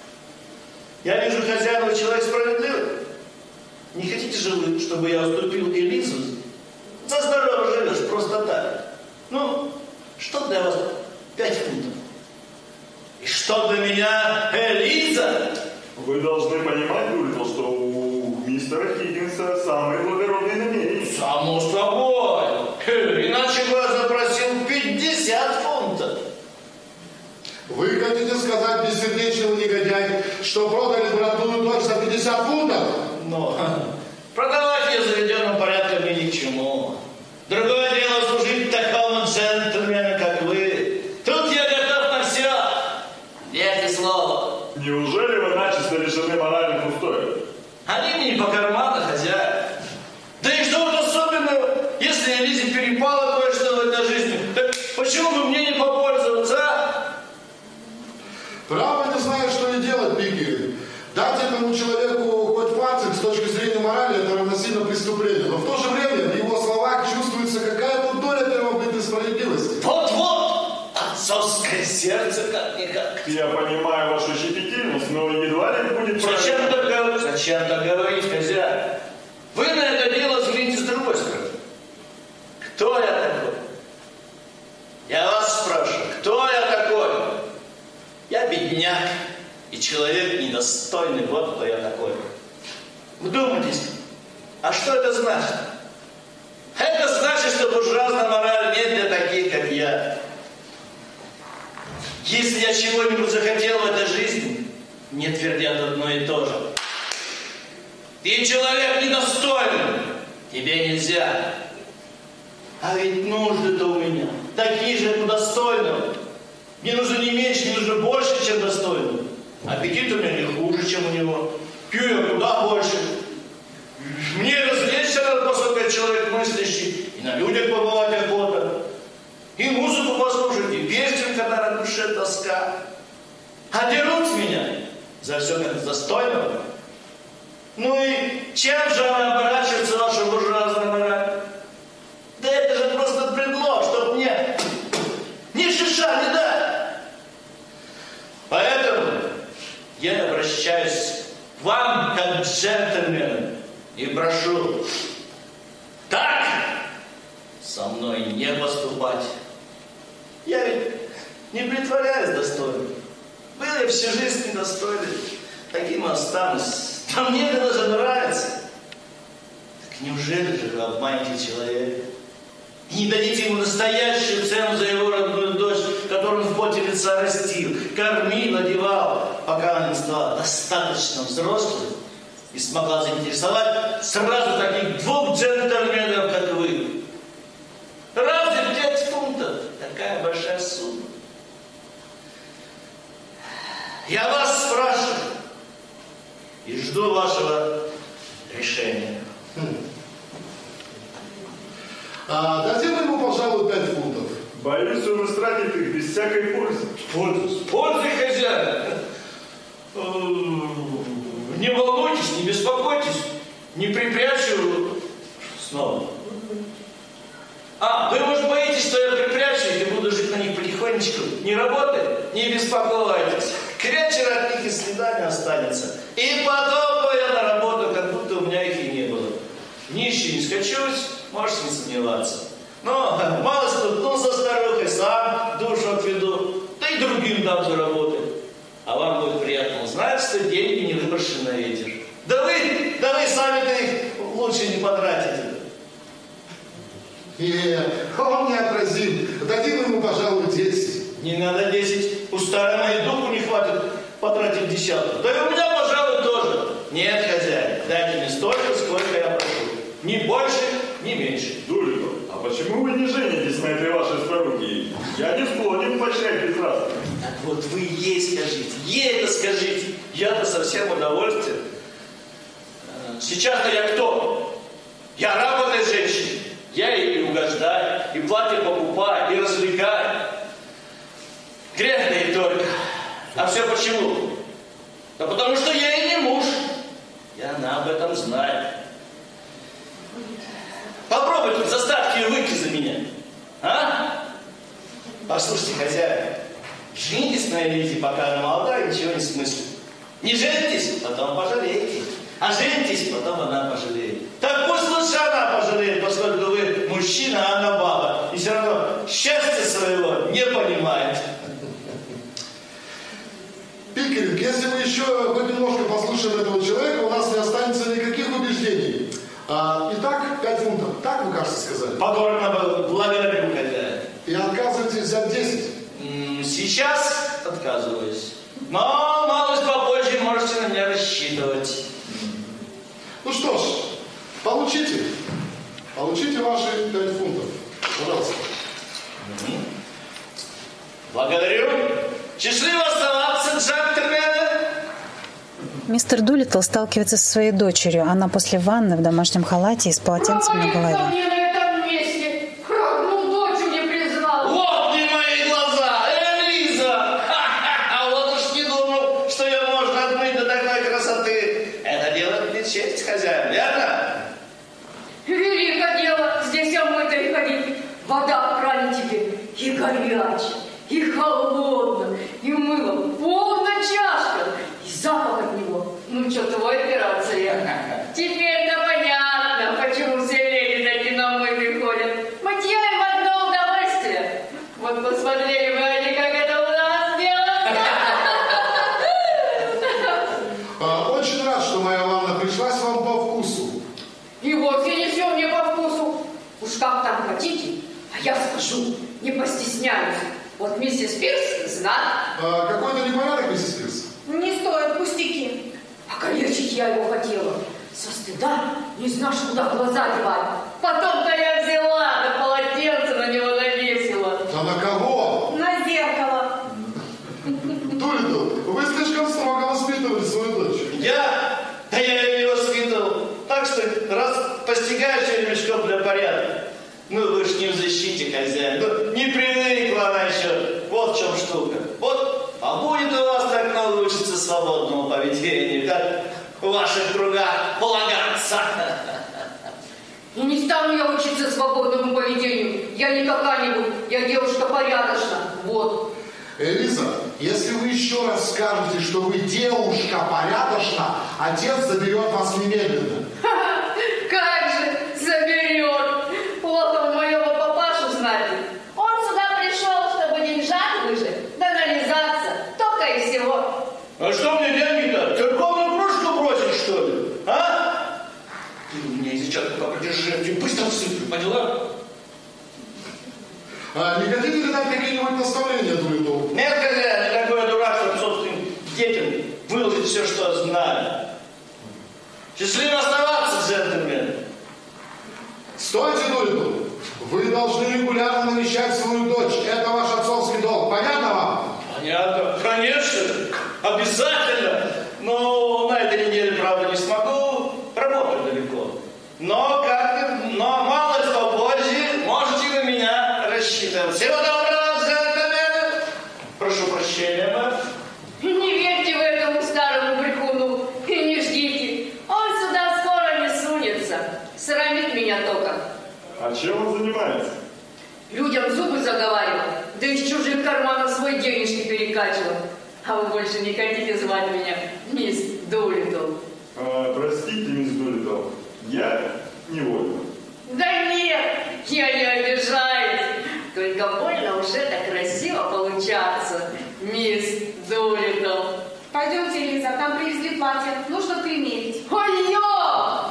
Я вижу, хозяин, вы человек справедливый. Не хотите же вы, чтобы я уступил Элизу? За здорово живешь, просто так. Ну, что для вас 5 фунтов? И что для меня Элиза? Вы должны понимать, Дулиттл, что у мистера Хиггинса самые благородные намерения. Само собой. Иначе бы я запросил 50 фунтов. Вы хотите сказать, бессердечный негодяй, что продали родную дочь за 50 фунтов? Но продавать ее заведенным порядком мне ни к чему. Другое дело служить такому джентльмену, как вы. Тут я готов на все. Верьте слово. Неужели вы начисто лишены моральных устоев? Они мне не по карману, хозяин. Да и что вот особенного, если Элизе перепало кое-что в этой жизни, так почему бы мне не попользоваться, а? Право не знаю, что и делать, Пикеринг. Дать этому человеку хоть фантик с точки зрения морали, это равносильно преступлению. Но в то же время в его словах чувствуется какая-то доля первобытной справедливости. Вот-вот! Отцовское сердце как-никак. Я понимаю вашу щепетильность, но едва ли будет... Зачем так говорить, хозяин? Вы на это дело взгляните с другой стороны. Кто я такой? Я вас спрашиваю, кто я такой? Я бедняк и человек недостойный, вот кто я такой. Вдумайтесь, а что это значит? Это значит, что буржуазная мораль нет для таких, как я. Если я чего-нибудь захотел в этой жизни, мне твердят одно и то же. Ты человек недостойный, тебе нельзя. А ведь нужды-то у меня такие же, как у достойного. Мне нужно не меньше, мне нужно больше, чем достойно. Аппетит у меня не хуже, чем у него. Пью я куда больше. Мне развлечься надо, поскольку я человек мыслящий. И на людях побывать охота. И музыку послушать, и песен, когда на душе тоска. А дерут меня за все как достойного. Ну и чем же она оборачивается, ваша буржуазная мораль? Да это же просто предлог, чтоб мне ни шиша не дать. Поэтому я обращаюсь к вам, как к джентльмену, и прошу так со мной не поступать. Я ведь не притворяюсь достойным. Был я всю жизнь недостойным, таким и останусь. А мне это даже нравится. Так неужели же вы обманете человека? И не дадите ему настоящую цену за его родную дочь, которую он в поте лица растил, кормил, одевал, пока она не стала достаточно взрослой и смогла заинтересовать сразу таких 2 джентльменов, как вы. Разве 5 фунтов? Такая большая сумма. Я вас спрашиваю и жду вашего решения. Дадим ему, пожалуй, 5 фунтов. Боюсь, он растратит их без всякой пользы. С пользой, хозяин. Не волнуйтесь, не беспокойтесь. Не припрячу снова. Вы, может, боитесь, что я припрячу их и буду жить на них потихонечку? Не работает? Не беспокойтесь. К вечеру от них и следа не останется. И потом я на работу, как будто у меня их и не было. Нищий не скачусь, можешь не сомневаться. Но мало стукну со старухой, сам душу отведу, да и другим дам заработать. А вам будет приятно узнать, что деньги не выброшены на ветер. Да вы сами-то их лучше не потратите. Он неотразим. Дадим ему, пожалуй, 10. Не надо 10. У старой моей духу не хватит потратить 10. Да и у меня, пожалуй, тоже. Нет, хозяин, дайте мне столько, сколько я прошу. Ни больше, ни меньше. Дулитл, а почему вы не женитесь на этой вашей старухе? Я не склонен поощрять безнравственно. Так вот вы ей скажите, ей это скажите. Я-то со всем удовольствием. Сейчас-то я кто? Я раб этой женщине. Я ей и угождаю, и платье покупаю, и развлекаю. Грех да и только. А все почему? Да потому что я ей не муж. И она об этом знает. Попробуйте, заставьте ее выйти за меня. А? Послушайте, хозяин, женитесь на Элизе, пока она молодая, ничего не смыслит. Не женитесь, потом пожалеете. А женитесь, потом она пожалеет. Так пусть лучше она пожалеет, поскольку вы мужчина, а она баба. И все равно счастья своего не понимает. Пикеринг, если мы еще хоть немножко послушаем этого человека, у нас не останется никаких убеждений. Итак, 5 фунтов. Так вы, кажется, сказали? Покорно благодарю, хозяин. И отказываетесь взять 10? Сейчас отказываюсь. Но малость попозже можете на меня рассчитывать. Ну что ж, получите. Получите ваши 5 фунтов. Пожалуйста. Благодарю. Счастливо оставаться, джентльмены. Мистер Дулиттл сталкивается со своей дочерью. Она после ванны в домашнем халате и с полотенцем на голове. Мне на этом месте родную дочь мне признала. Лопни мои глаза, Элиза! А вот уж не думал, что ее можно отмыть до такой красоты. Это делает мне честь, хозяин, верно? Великое дело здесь омытой ходить. Вода в кране тебе и горячая, и холодная, и мыло полная чашка, и запах от него. Ну что, твой операция? Теперь-то понятно, почему все леди такие намытые ходят. Мытье им одно удовольствие. Вот посмотрели вы они, как это у нас делают. Очень рад, что моя ванна пришлась вам по вкусу. И вовсе не все мне по вкусу. Уж как там хотите, а я скажу, не постесняюсь. Вот миссис Пирс знает. Какой-то непорядок, миссис Пирс? Не стоит пустяки. А калечить я его хотела. Со стыда не знаешь, куда глаза девать. Потом-то я взяла, да полотенце на него навесила. А на кого? На зеркало. Дулиттл, вы слишком строго воспитывали свою дочь. Я ее не воспитывал. Так что раз постигаю червячком для порядка. Ну вы ж не в защите, хозяин. Ну, не привыкла она еще. Вот в чем штука. Вот, а будет у вас так научиться свободному поведению, как в ваших кругах полагаться. И не стану я учиться свободному поведению. Я не какая-нибудь, я девушка порядочная. Вот. Элиза, если вы еще раз скажете, что вы девушка порядочна, отец заберет вас немедленно. Как же заберет? Плохо у моего папашу знать. Он сюда пришел, чтобы деньжат выжить, да нализаться. Только и всего. А что мне деньги-то? Церковную кружку бросить, что ли? А? Ты у меня сейчас пока придержи, я тебе быстро всыплю, поняла? Не хотите ли дать какие-нибудь наставления, Дулиттл? Нет, хозяин, не такой я дурак, чтобы собственным детям выложить все, что знаю. Счастливо оставаться, джентльмен. Стойте, Дулиттл. Вы должны регулярно навещать свою дочь. Это ваш отцовский долг. Понятно вам? Понятно. Конечно. Обязательно. Но на этой неделе, правда, не смогу. Работаю далеко. Но малость попозже можете на меня рассчитывать. Всего доброго, джентльмены. Прошу прощения, мэм. Не верьте вы этому старому брехуну и не ждите. Он сюда скоро не сунется. Срамит меня только. А чем он занимается? Людям зубы заговаривал, да из чужих карманов свой денежки перекачивал. А вы больше не хотите звать меня мисс Дулиттл? Простите, мисс Дулиттл, я не платье. Нужно примерить. Ой-ё!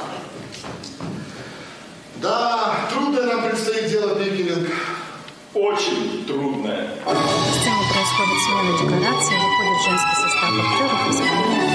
Да, трудно нам предстоит дело, Пикеринг. Очень трудное. В сцене происходит смена декораций, выходит женский состав актеров и исполняет.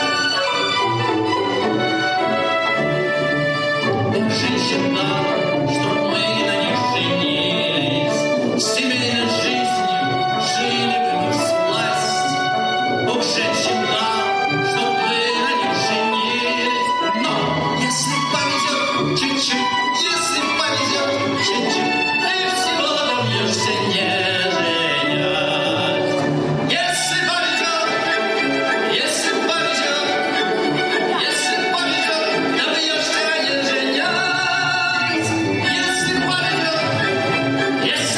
Женщина, чтоб мы на них женились, семейной жизнью жили бы мы всласть. Бог женщин дал, чтоб мы на них женились. Но если повезет чуть-чуть, если повезет чуть-чуть, ты всего добьешься не женясь. Если повезет, если повезет, если повезет, добьешься не женясь. Если повезет, если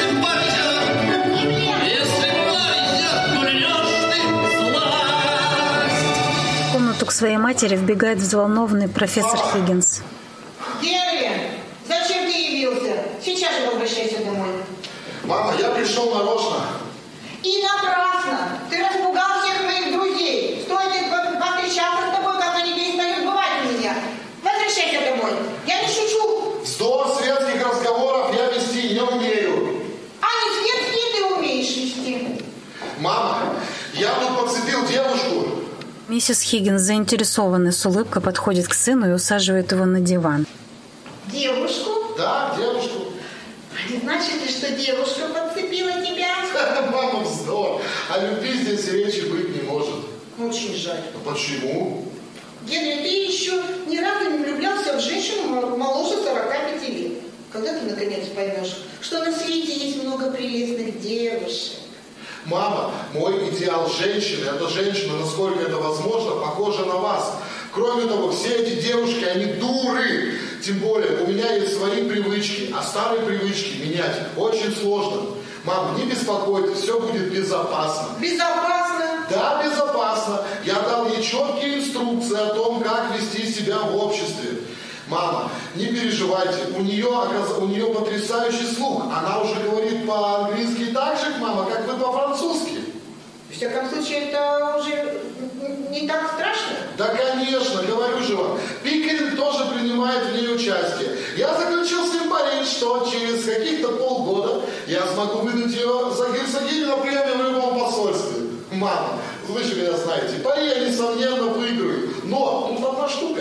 повезет, гульнешь ты сласть. В комнату к своей матери вбегает взволнованный профессор Хиггинс. Генри, зачем ты явился? Сейчас же возвращайся домой. Мама, я пришел нарочно. И напрасно. Ты распугал всех моих друзей. Стоит им повстречаться с тобой, как они перестают бывать у меня. Возвращайся домой. Я не шучу. Вздор светских разговоров я вести не умею. А не светские ты умеешь вести. Мама, я тут подцепил девушку. Миссис Хиггинс, заинтересованная с улыбкой, подходит к сыну и усаживает его на диван. Девушку? Да, девушку. Не значит ли, что девушка подцепила тебя? Мама, вздор. О любви здесь речи быть не может. Очень жаль. А почему? Генри, ты еще ни разу не влюблялся в женщину моложе 45 лет. Когда ты наконец поймешь, что на свете есть много прелестных девушек? Мама, мой идеал женщины, это женщина, насколько это возможно, похожа на вас. Кроме того, все эти девушки, они дуры. Тем более, у меня есть свои привычки, а старые привычки менять очень сложно. Мама, не беспокойтесь, все будет безопасно. Безопасно? Да, безопасно. Я дал ей четкие инструкции о том, как вести себя в обществе. Мама, не переживайте, у нее потрясающий слух. Она уже говорит по-английски так же, мама, как вы по-французски. В всяком случае, это уже не так страшно. Да, конечно, говорю же вам. Пикеринг тоже принимает в ней участие. Я заключил с ним пари, что через каких-то полгода я смогу выдать ее за герцогиню на премию в любом посольстве. Мама, вы же меня знаете, пари я, несомненно, выиграю. Но тут одна штука.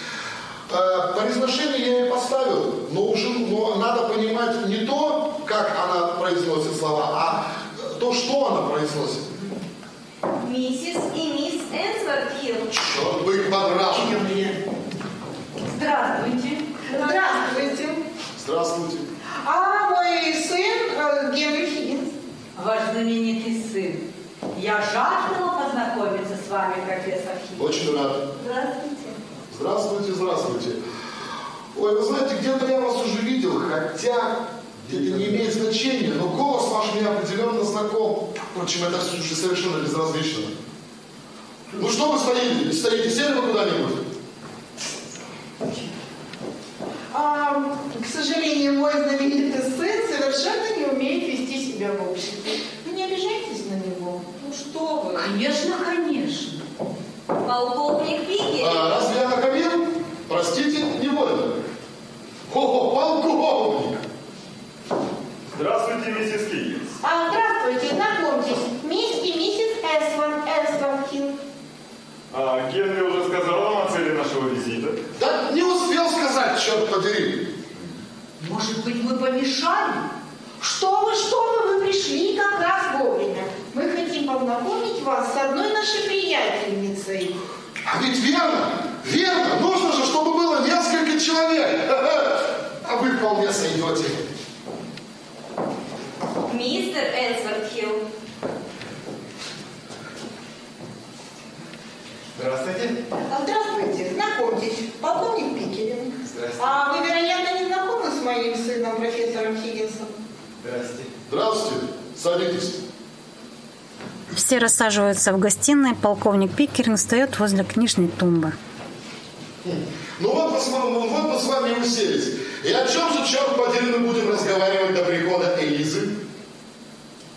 Произношение я ей поставил, но надо понимать не то, как она произносит слова, а то, что она произносит. Миссис и мисс Энсворт Хилл. Черт бы их побрал. Здравствуйте. Здравствуйте. Здравствуйте. А мой сын Генри Хиггинс. Ваш знаменитый сын. Я жаждала познакомиться с вами, профессор Хиггинс. Очень рад. Здравствуйте. Здравствуйте, здравствуйте. Ой, вы знаете, где-то я вас уже видел, хотя это не имеет значения, но голос ваш мне определенно знаком. Впрочем, это все уже совершенно безразлично. Ну что вы стоите? Сели вы куда-нибудь? К сожалению, мой знаменитый сын совершенно не умеет вести себя в обществе. Вы не обижайтесь на него. Ну что вы? Конечно, конечно. Полковник Пикеринг. Разве я нахамил? Простите, невольно. О, полковник! Здравствуйте, миссис Хиггинс. Здравствуйте, знакомьтесь. Мисс и миссис Энсворт Хилл. Генри уже сказал вам о цели нашего визита. Да не успел сказать, черт подери. Может быть, мы помешали? Что вы пришли как раз вовремя. Мы хотим познакомить вас с одной нашей приятельницей. А ведь верно, нужно же, чтобы было несколько человек. А вы вполне сойдете. Мистер Энсворт Хилл. Здравствуйте. Здравствуйте, знакомьтесь, полковник Пикеринг. Здравствуйте. Вы, вероятно, не знакомы с моим сыном, профессором Хиггинсом? Здравствуйте. Здравствуйте, садитесь. Все рассаживаются в гостиной, полковник Пикеринг встает возле книжной тумбы. Ну вот мы с вами уселись. И о чем же, черт подери, мы будем разговаривать до прихода Элизы?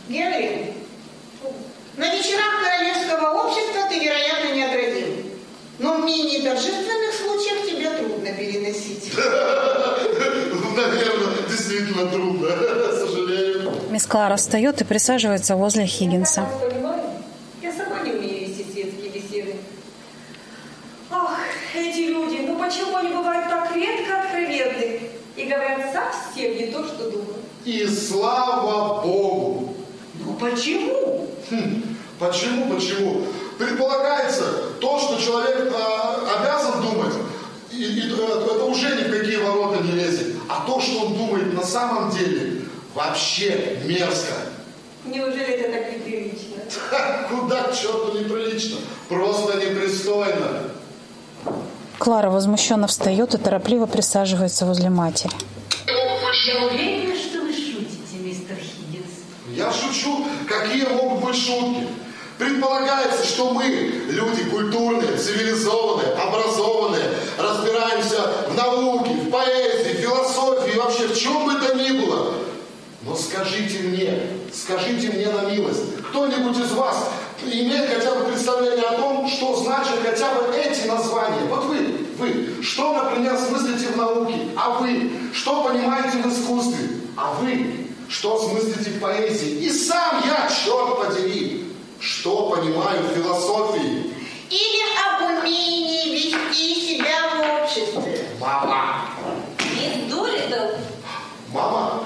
Генри, на вечерах королевского общества ты, вероятно, неотразим. менее торжественных случаях тебе трудно переносить. Наверное, действительно трудно, к сожалению. Мисс Клара встает и присаживается возле Хиггинса. Я понимаю, я сама не умею вести светские беседы. Ах, эти люди, ну почему они бывают так редко откровенны и говорят совсем не то, что думают? И слава Богу! Ну почему? Почему? Предполагается, то, что человек обязан думать, это уже ни в какие ворота не лезет. А то, что он думает на самом деле, вообще мерзко. Неужели это так неприлично? Куда к черту неприлично? Просто непристойно. Клара возмущенно встает и торопливо присаживается возле матери. Я уверена, что вы шутите, мистер Хиггинс. Я шучу. Какие могут быть шутки? Предполагается, что мы, люди культурные, цивилизованные, образованные, разбираемся в науке, в поэзии, в философии, вообще в чем бы то ни было. Но скажите мне на милость, кто-нибудь из вас имеет хотя бы представление о том, что значат хотя бы эти названия? Вот вы, что, например, смыслите в науке? А вы, что понимаете в искусстве? А вы, что смыслите в поэзии? И сам я, черт подери, что понимаю в философии? Или об умении вести себя в обществе. Мама! Мисс Дулиттл. Мама!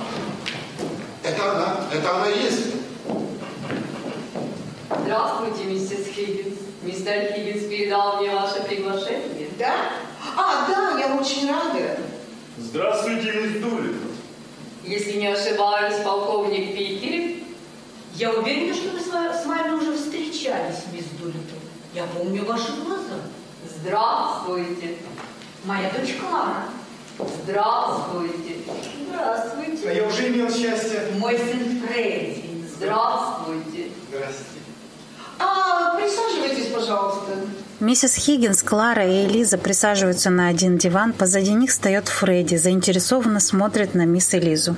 Это она есть. Здравствуйте, миссис Хиггинс. Мистер Хиггинс передал мне ваше приглашение. Да? Да, я очень рада. Здравствуйте, мисс Дулиттл. Если не ошибаюсь, полковник Пикеринг. Я уверена, что вы с вами уже встречались, мисс Дулиттл. Я помню ваши глаза. Здравствуйте. Моя дочь Клара. Здравствуйте. Здравствуйте. А я уже имел счастье. Мой сын Фредди. Здравствуйте. Здрасте. Присаживайтесь, пожалуйста. Миссис Хиггинс, Клара и Элиза присаживаются на один диван. Позади них встает Фредди, заинтересованно смотрит на мисс Элизу.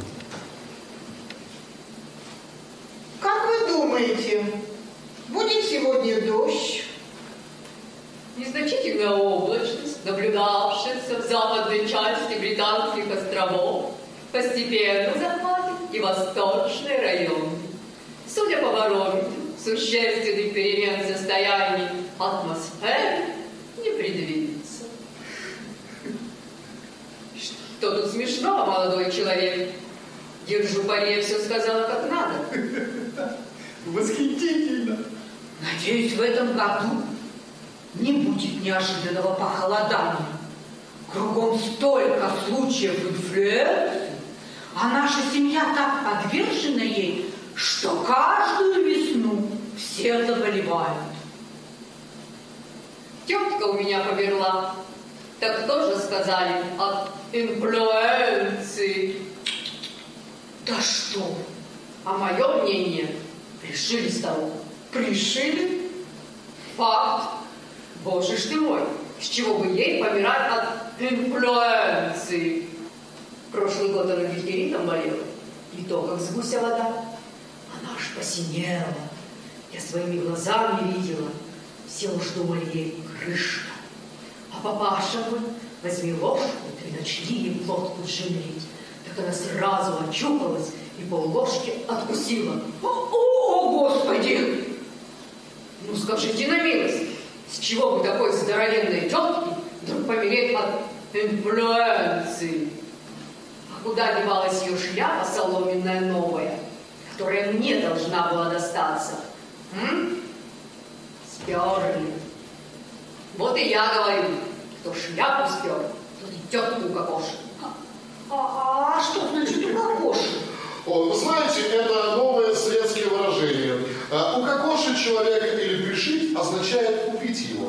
Как вы думаете, будет сегодня дождь? Незначительная облачность, наблюдавшаяся в западной части Британских островов, постепенно захватит и восточный район. Судя по барометру, существенных перемен в состоянии атмосферы не предвидится. Что тут смешного, молодой человек? Держу пари, я все сказала как надо. Восхитительно. Надеюсь, в этом году не будет неожиданного похолодания. Кругом столько случаев инфлюенции, а наша семья так подвержена ей, что каждую весну все заболевают. Тетка у меня померла. Так тоже сказали от инфлюенции. Да что? А мое мнение, пришили с того. Пришили? Факт. Боже ж ты мой, с чего бы ей помирать от инфлюенции? Прошлый год она гильтеритом болела. И то, как с гуся вода. Она аж посинела. Я своими глазами видела. Все уж думали ей крышка. А папаша мой, возьми ложку, ты начни ей глотку джемлить. Так она сразу очухалась и полложки откусила. О, Господи! Ну скажите на милость, с чего бы такой здоровенной тетке вдруг помереть от инфлюенции? А куда девалась ее шляпа соломенная новая, которая мне должна была достаться? Сперли. Вот и я говорю, кто шляпу спер, тот и тетку укокошит. А что значит укокошит? Вы знаете, это новое светское выражение. Укокошить человека или пришить означает убить его.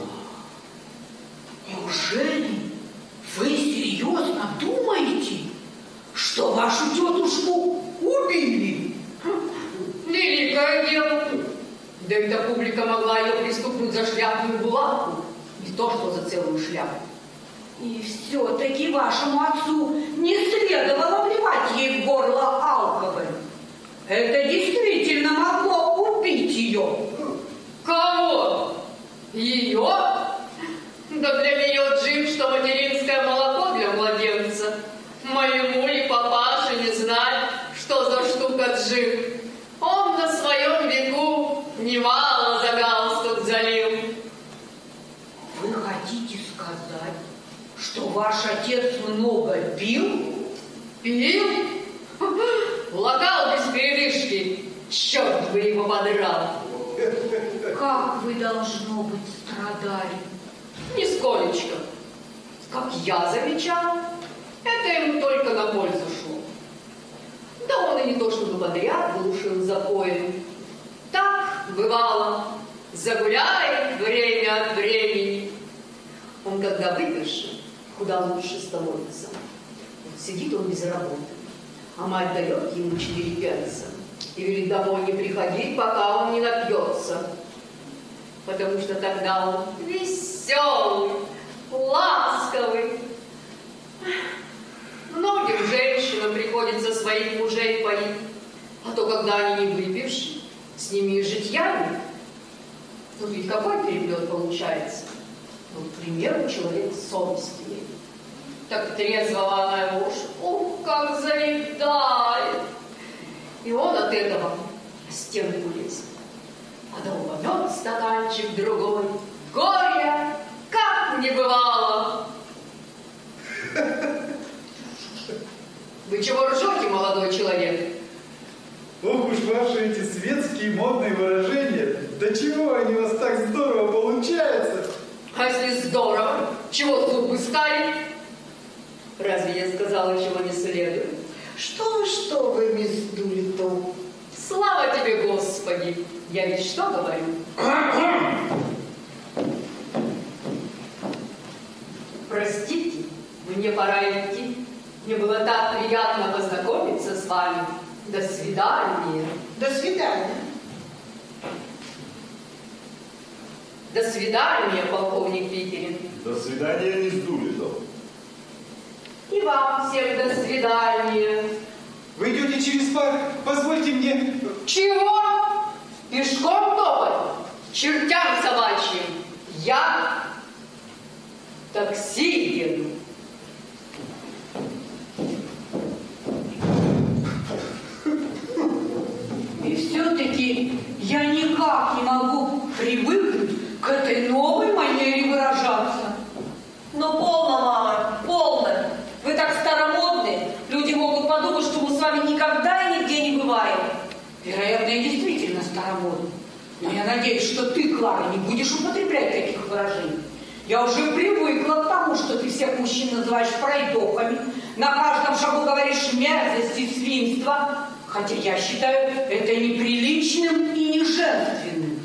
Неужели вы серьезно думаете, что вашу тетушку убили? Великое дело. Да эта публика могла ее пристукнуть за шляпную булавку, не то что за целую шляпу. И все-таки вашему отцу не следовало вливать ей в горло алкоголь. Это действительно могло убить ее. Кого? Ее? Да для хотите сказать, что ваш отец много пил? Пил? Локал без передышки. Черт бы его подрал. Как вы, должно быть, страдали? Нисколечко. Как я замечал, это ему только на пользу шло. Да он и не то чтобы подряд глушил запоем. Так бывало, загуляет время от времени. Он когда выпивший, куда лучше становится. Вот сидит он без работы, а мать дает ему 4 пенса и велит домой не приходить, пока он не напьется. Потому что тогда он веселый, ласковый. Многим женщинам приходится своих мужей поить, а то, когда они не выпившие, с ними и житья нет. Тут ведь какой переплет получается? Ну, к примеру, человек совести имеет. Так трезвого она его уж, ух, как заедает. И он от этого на стенку лезет. А да упомнет стаканчик другой. Горе, как не бывало. Вы чего ржете, молодой человек? Ох уж ваши эти светские модные выражения. Да чего они у вас так здорово получаются? А если здорово, чего зубы стали? Разве я сказала, чего не следует? Что вы, мисс Дулиттл? Слава тебе, Господи! Я ведь что говорю? Простите, мне пора идти. Мне было так приятно познакомиться с вами. До свидания. До свидания. До свидания, полковник Пикерин. До свидания, мисс Дулиттл. И вам всем до свидания. Вы идете через парк? Позвольте мне... Чего? Пешком топать? Чертям собачьим. Я такси еду. И все-таки я никак не могу привыкнуть к этой новой манере выражаться. Ну, полно, мама, полно. Вы так старомодны. Люди могут подумать, что мы с вами никогда и нигде не бываем. Вероятно, я действительно старомодна. Но я надеюсь, что ты, Клара, не будешь употреблять таких выражений. Я уже привыкла к тому, что ты всех мужчин называешь пройдохами, на каждом шагу говоришь мерзость и свинство, хотя я считаю это неприличным и неженственным.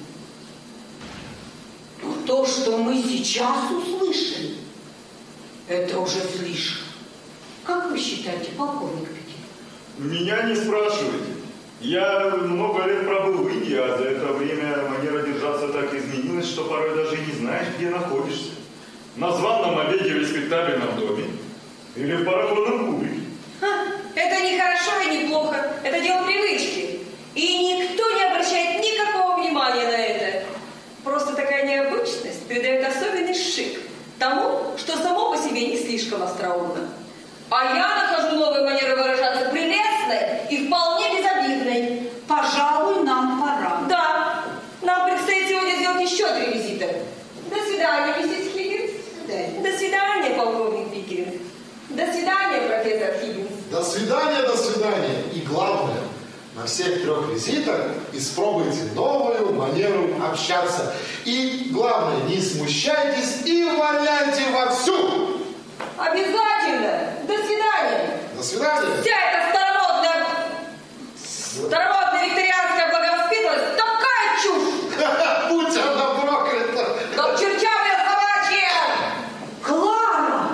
Но то, что мы сейчас услышали, это уже слишком. Как вы считаете, полковник Пикерин? Меня не спрашивайте. Я много лет пробыл в Индии, а за это время манера держаться так изменилась, что порой даже и не знаешь, где находишься. На званом обеде в респектабельном доме или в пароходном кубрике. Это не хорошо и не плохо. Это дело привычки. И никто не обращает никакого внимания на это. Просто такая необычность придает особенный шик тому, что само по себе не слишком остроумно. А я нахожу новые манеры выражаться прелестной и вполне безобидной. Пожалуй, нам пора. Да, нам предстоит сегодня сделать еще 3 визита. До свидания, миссис Хиггинс. До свидания, полковник Пикерин. До свидания, профессор Хиггинс. До свидания, до свидания. И главное, на всех 3 визитах испробуйте новую манеру общаться. И главное, не смущайтесь и валяйте вовсю. Обязательно. До свидания. До свидания. Вся эта старомодная викторианская благовоспитанность такая чушь. Будь она проклята. Да к чертям я собачья. Клара!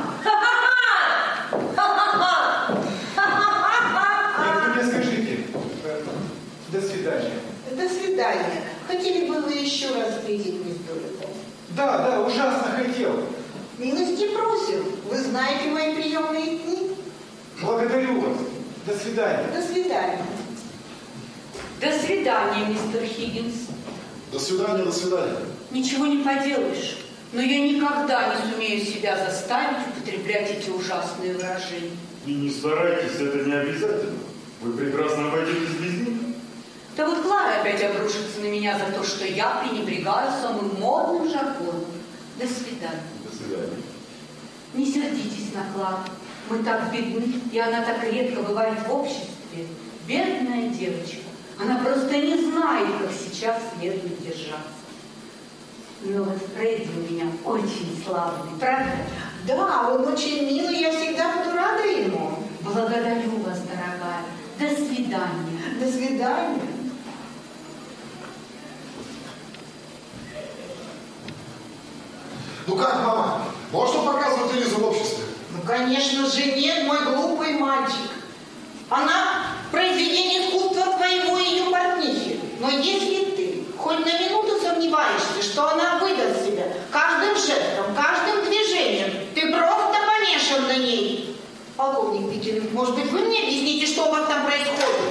Нет, вы мне скажите. До свидания. До свидания. Хотели бы вы еще раз видеть мисс Дулиттл? Да, ужасно хотел. Милости просим. Вы знаете мои приемные дни? Благодарю вас. До свидания. До свидания. До свидания, мистер Хиггинс. До свидания, до свидания. Ничего не поделаешь, но я никогда не сумею себя заставить употреблять эти ужасные выражения. И не старайтесь, это не обязательно. Вы прекрасно обойдетесь без них. Да вот Клара опять обрушится на меня за то, что я пренебрегаю самым модным жаргоном. До свидания. До свидания. свидания. Не сердитесь на Клару. Мы так бедны, и она так редко бывает в обществе. Бедная девочка. Она просто не знает, как сейчас следует держаться. Но вот Фредди у меня очень славный, правда? Да, он очень милый, я всегда буду рада ему. Благодарю вас, дорогая. До свидания. До свидания. Ну как, мама, можно показывать Элизу в обществе? Ну, конечно же, нет, мой глупый мальчик. Она произведение искусства твоего и ее портнихи. Но если ты хоть на минуту сомневаешься, что она выдаст себя каждым жестом, каждым движением, ты просто помешан на ней. Полковник Пикеринг, может быть, вы мне объясните, что у вас там происходит?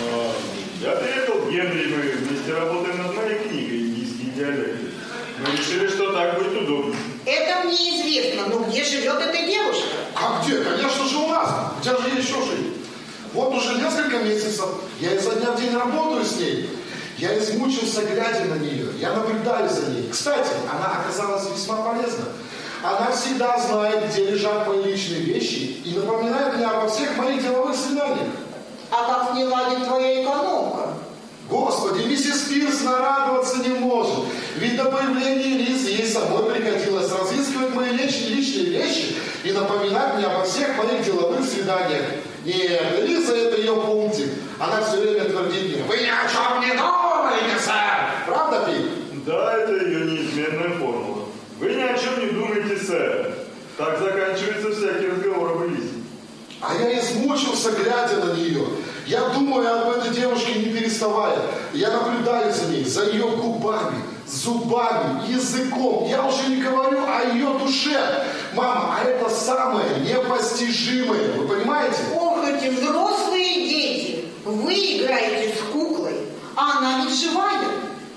Я приехал в Генри, мы вместе работаем над моей книгой «Индийские диалекты». Мы решили, что так будет удобно. Это мне известно, но где живет эта девушка? А где? Конечно же у нас. Где же ей еще жить? Вот уже несколько месяцев я изо дня в день работаю с ней. Я измучился, глядя на нее. Я наблюдаю за ней. Кстати, она оказалась весьма полезна. Она всегда знает, где лежат мои личные вещи и напоминает мне обо всех моих деловых свиданиях. А как не ладит твоя экономка? Господи, миссис Пирс нарадоваться не может. Ведь до появления Лизы ей самой приходилось разыскивать мои личные вещи и напоминать мне обо всех моих деловых свиданиях. Нет, Лиза — это ее пунктик. Она все время твердит мне: «Вы ни о чем не думаете, сэр!» Правда, Пит? Да, это ее неизменная формула. Вы ни о чем не думаете, сэр. Так заканчивается всякий разговор об Элизе. А я измучился, глядя на нее. Я думаю об этой девушке, не переставая. Я наблюдаю за ней, за ее губами, зубами, языком. Я уже не говорю о ее душе. Мама, а это самое непостижимое. Вы понимаете? Ох, эти взрослые дети. Вы играете с куклой, а она ведь живая.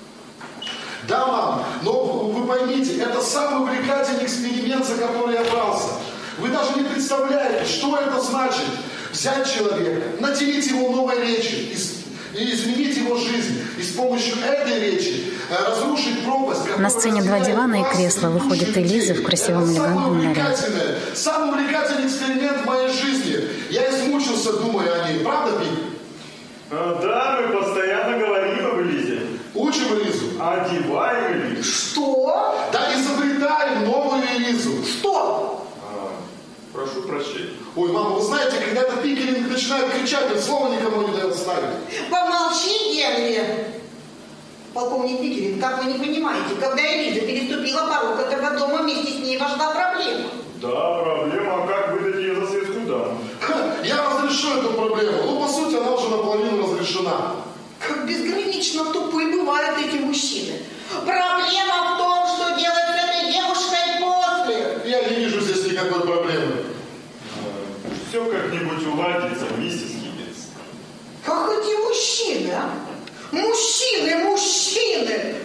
Да, мама, но вы поймите, это самый увлекательный эксперимент, за который я брался. Вы даже не представляете, что это значит. Взять человека, наделить его новой речью, и изменить его жизнь. И с помощью этой речи разрушить пропасть. На сцене два дивана и кресла. Выходит Элиза в красивом элегантном наряде. Самый увлекательный эксперимент в моей жизни. Я измучился, думая о ней. Правда, Пит? Да, мы постоянно говорим об Элизе. Учим Элизу. Одеваем Элизу. Что? Да, изобретаем новую Элизу. Что? Прошу прощения. Ой, мама, вы знаете, когда этот Пикеринг начинает кричать, он слова никому не дает ставить. Помолчи, Генри. Полковник Пикеринг, как вы не понимаете, когда Элиза переступила порог этого дома, вместе с ней вошла проблема. Да, проблема, а как выдать ее за светскую даму? Я разрешу эту проблему. Ну, по сути, она уже наполовину разрешена. Как безгранично тупы бывают эти мужчины. Проблема в том, что делать с этой девушкой после. Я не вижу здесь никакой проблемы. Все как-нибудь уладится, миссис Хиггинс. Как эти мужчины, а? Мужчины!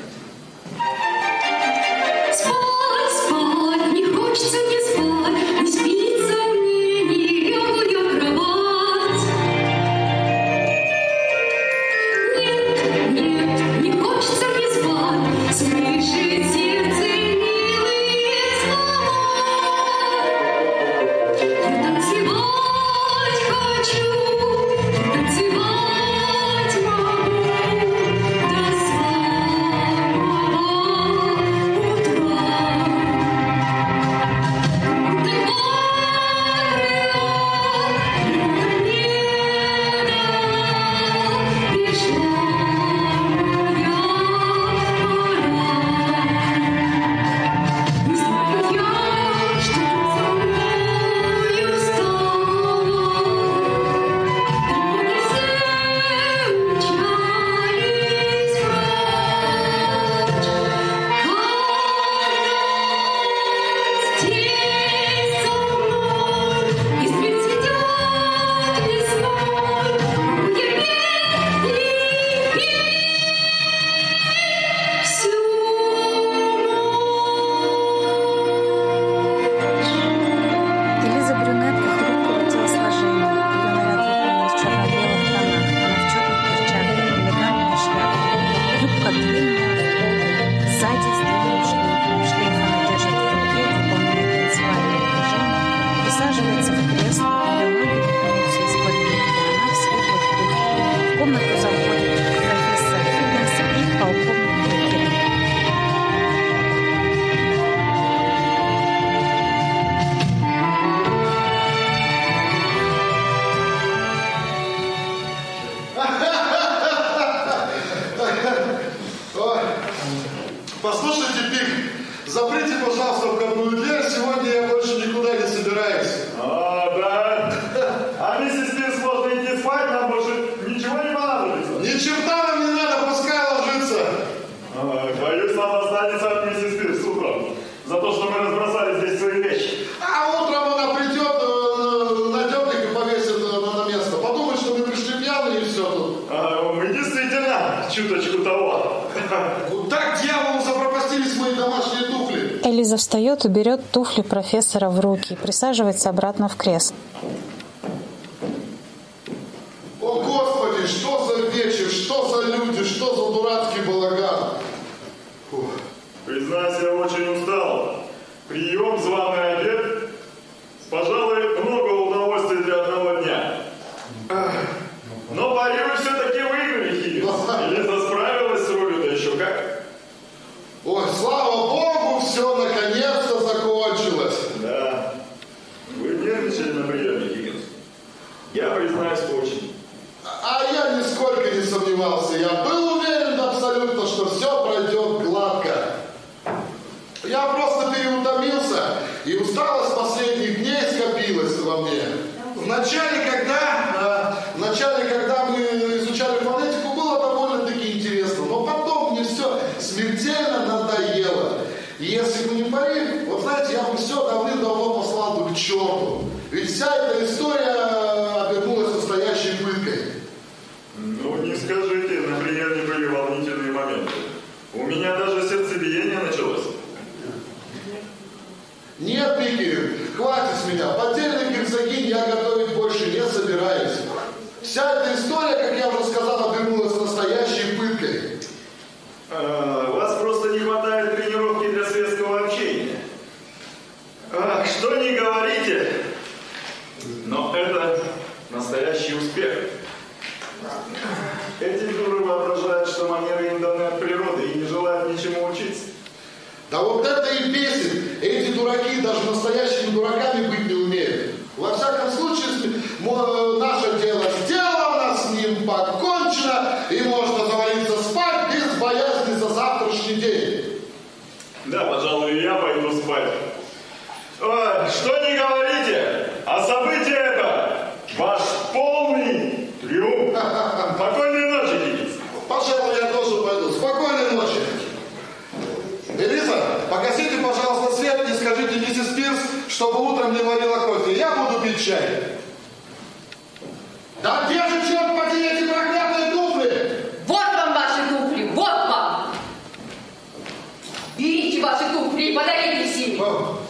Спать, спать, не хочется мне спать, не спится мне, не лягу я в кровать. Нет, не хочется мне спать, слышит сердце милые слова. Я танцевать хочу. встает и берет туфли профессора в руки и присаживается обратно в кресло. О, Господи, что за вечер, что за люди, что за дурацкий балаган. Фух. Признаюсь, я очень устал. Прием, званый обед. Пожалуй, много удовольствия для одного дня. Но пари вы все-таки выиграли, Хиггинс. Элиза справилась с ролью, да еще как. Ой, слава Богу, все наконец-то закончилось. Да. Вы нервничали на приеме, Хиггинс? Я признаюсь, очень. А я нисколько не сомневался. Я был уверен абсолютно, что все пройдет гладко. Я просто переутомился, и усталость последних дней скопилась во мне. Вначале, когда мы изучали фонетику, было довольно-таки интересно, но потом мне все смертельно надоело. И если бы не пари, вот знаете, я бы все давным-давно послал бы к черту. Ведь вся эта история обернулась настоящей пыткой. Ну, не скажите, например, не были волнительные моменты. У меня даже сердцебиение началось. Нет, Пикерин, хватит с меня. Поддельный герцогинь я готовить больше не собираюсь. Вся эта история, как я уже сказал, обернулась настоящей пыткой. Вас просто не хватает тренировки для светского общения. Что не говорите, но это настоящий успех. Эти дуры воображают, что манеры им даны от природы и не желают ничему учиться. Да вот это и бесит. Эти дураки даже настоящими дураками быть не умеют. Во всяком случае, наше дело сделано, с ним покончено, и можно завалиться спать без боязни за завтрашний день. Да, пожалуй, я пойду спать. Что не говорите, а событие это ваш полный триумф. Спокойной ночи, Хиггинс. Пожалуй, я тоже пойду. Спокойной ночи. Элиза, погасите, пожалуйста, свет и скажите миссис Пирс, чтобы утром не варила кофе. Я буду пить чай. Да где же, черт подери, эти проклятые туфли? Вот вам ваши туфли, вот вам! Берите ваши туфли и подарите всеми.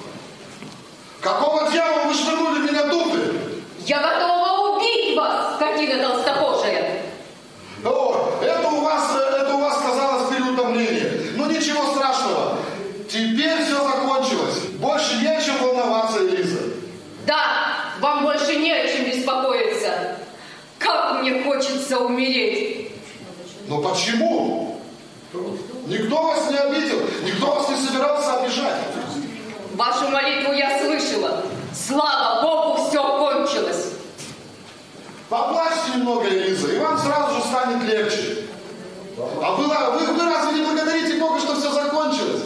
Какого дьявола вы швырнули меня туфли? Я готова убить вас, скотина толстокожая. О, это у вас казалось переутомление. Ну ничего страшного. Теперь все закончилось. Больше не о чем волноваться, Элиза. Да, вам больше не о чем беспокоиться. Как мне хочется умереть. Но почему? Никто вас не обидел, никто вас не собирался обижать. Вашу молитву я слышала. Слава Богу, все кончилось. Поплачьте немного, Элиза, и вам сразу же станет легче. А вы разве не благодарите Бога, что все закончилось?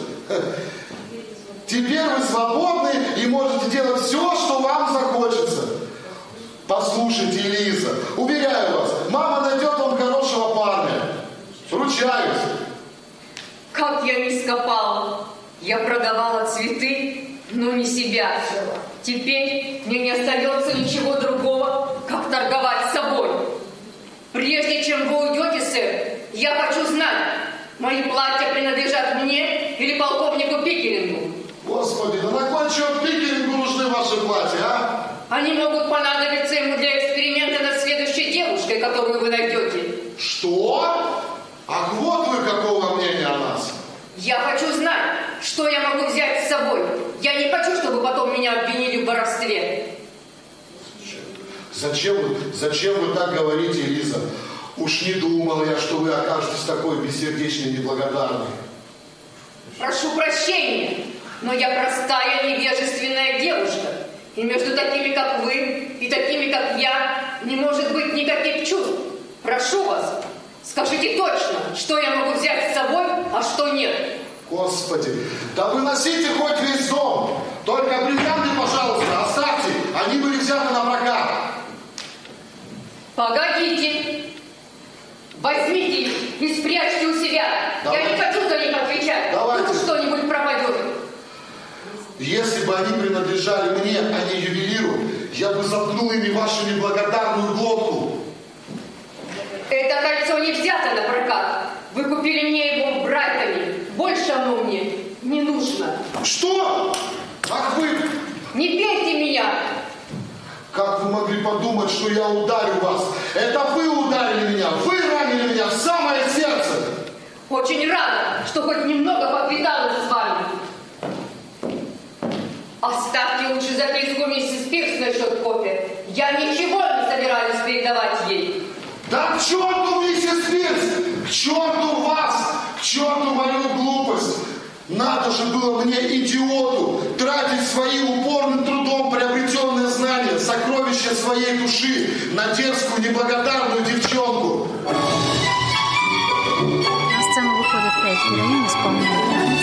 Теперь вы свободны и можете делать все, что вам захочется. Послушайте, Элиза, уверяю вас, мама найдет вам хорошего парня. Ручаюсь. Как я не скопала. Я продавала цветы, но не себя. Теперь мне не остается ничего другого, как торговать собой. Прежде чем вы уйдете, сэр, я хочу знать, мои платья принадлежат мне или полковнику Пикерингу. Господи, да на кой черт Пикерингу нужны ваши платья, а? Они могут понадобиться ему для эксперимента над следующей девушкой, которую вы найдете. Что? Ах, вот вы какого мнения о нас. Я хочу знать, что я могу взять с собой. Я не хочу, чтобы потом меня обвинили в воровстве. Зачем вы так говорите, Элиза? Уж не думал я, что вы окажетесь такой бессердечной и неблагодарной. Прошу прощения, но я простая невежественная девушка. И между такими, как вы, и такими, как я, не может быть никаких чувств. Прошу вас, скажите точно, что я могу взять с собой, а что нет. Господи, да вы носите хоть весь дом. Только бриллианты, пожалуйста, оставьте. Они были взяты на прокат. Погодите. Возьмите их и спрячьте у себя. Давайте. Я не хочу за них отвечать. Давайте. Тут что-нибудь пропадет. Если бы они принадлежали мне, а не ювелиру, я бы заткнул ими вашу неблагодарную глотку. Это кольцо не взято на прокат. Вы купили мне его в Брайтоне. Больше оно мне не нужно. Что? Ах вы! Не бейте меня! Как вы могли подумать, что я ударю вас? Это вы ударили меня! Вы ранили меня в самое сердце! Очень рада, что хоть немного поквиталась с вами. Оставьте лучше записку миссис Пирс насчет кофе. Я ничего не собираюсь передавать ей. Да к черту, миссис Пирс! К черту вас! К черту мою глупость! Надо же было мне, идиоту, тратить свои упорным трудом приобретенные знания, сокровища своей души на дерзкую, неблагодарную девчонку. На сцену выходят 5 героинь, исполняют танец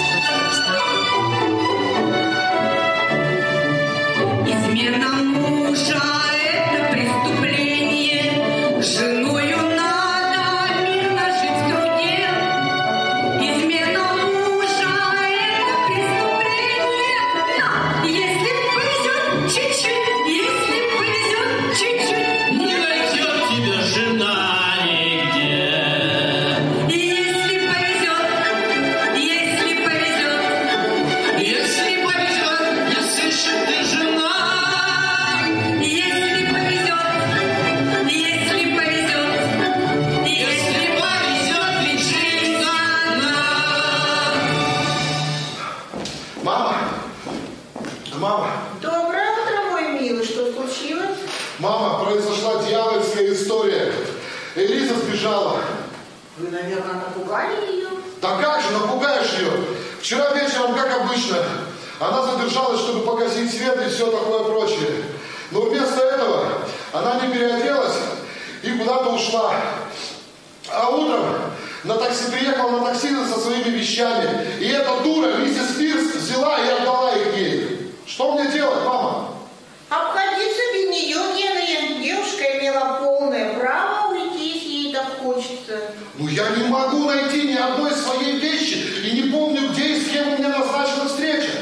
под песню. Измена мужа – это преступление. Женою надо мирно жить в труде. Измена мужа – это преступление. Но если повезет чуть-чуть, если повезет чуть-чуть, Не найдет тебя жена нигде. если повезет, если повезет, Если повезет, не слышит ты жена. если повезет, если повезет, Если повезет, ведь жизнь одна. Мама! Мама! Доброе утро, мой милый. Что случилось? Мама, произошла дьявольская история. Элиза сбежала. Вы, наверное, напугали ее? Да как же напугаешь ее? Вчера вечером, как обычно, она задержалась, чтобы погасить свет и все такое прочее. Но вместо этого она не переоделась и куда-то ушла. А утром на такси приехала на такси со своими вещами. И эта дура, миссис Пирс, взяла и отдала их ей. Что мне делать, мама? Обходиться без нее, Генри. Девушка имела полное право уйти, если ей так хочется. Ну я не могу найти ни одной своей вещи и не помню, где и с кем у меня назначена встреча.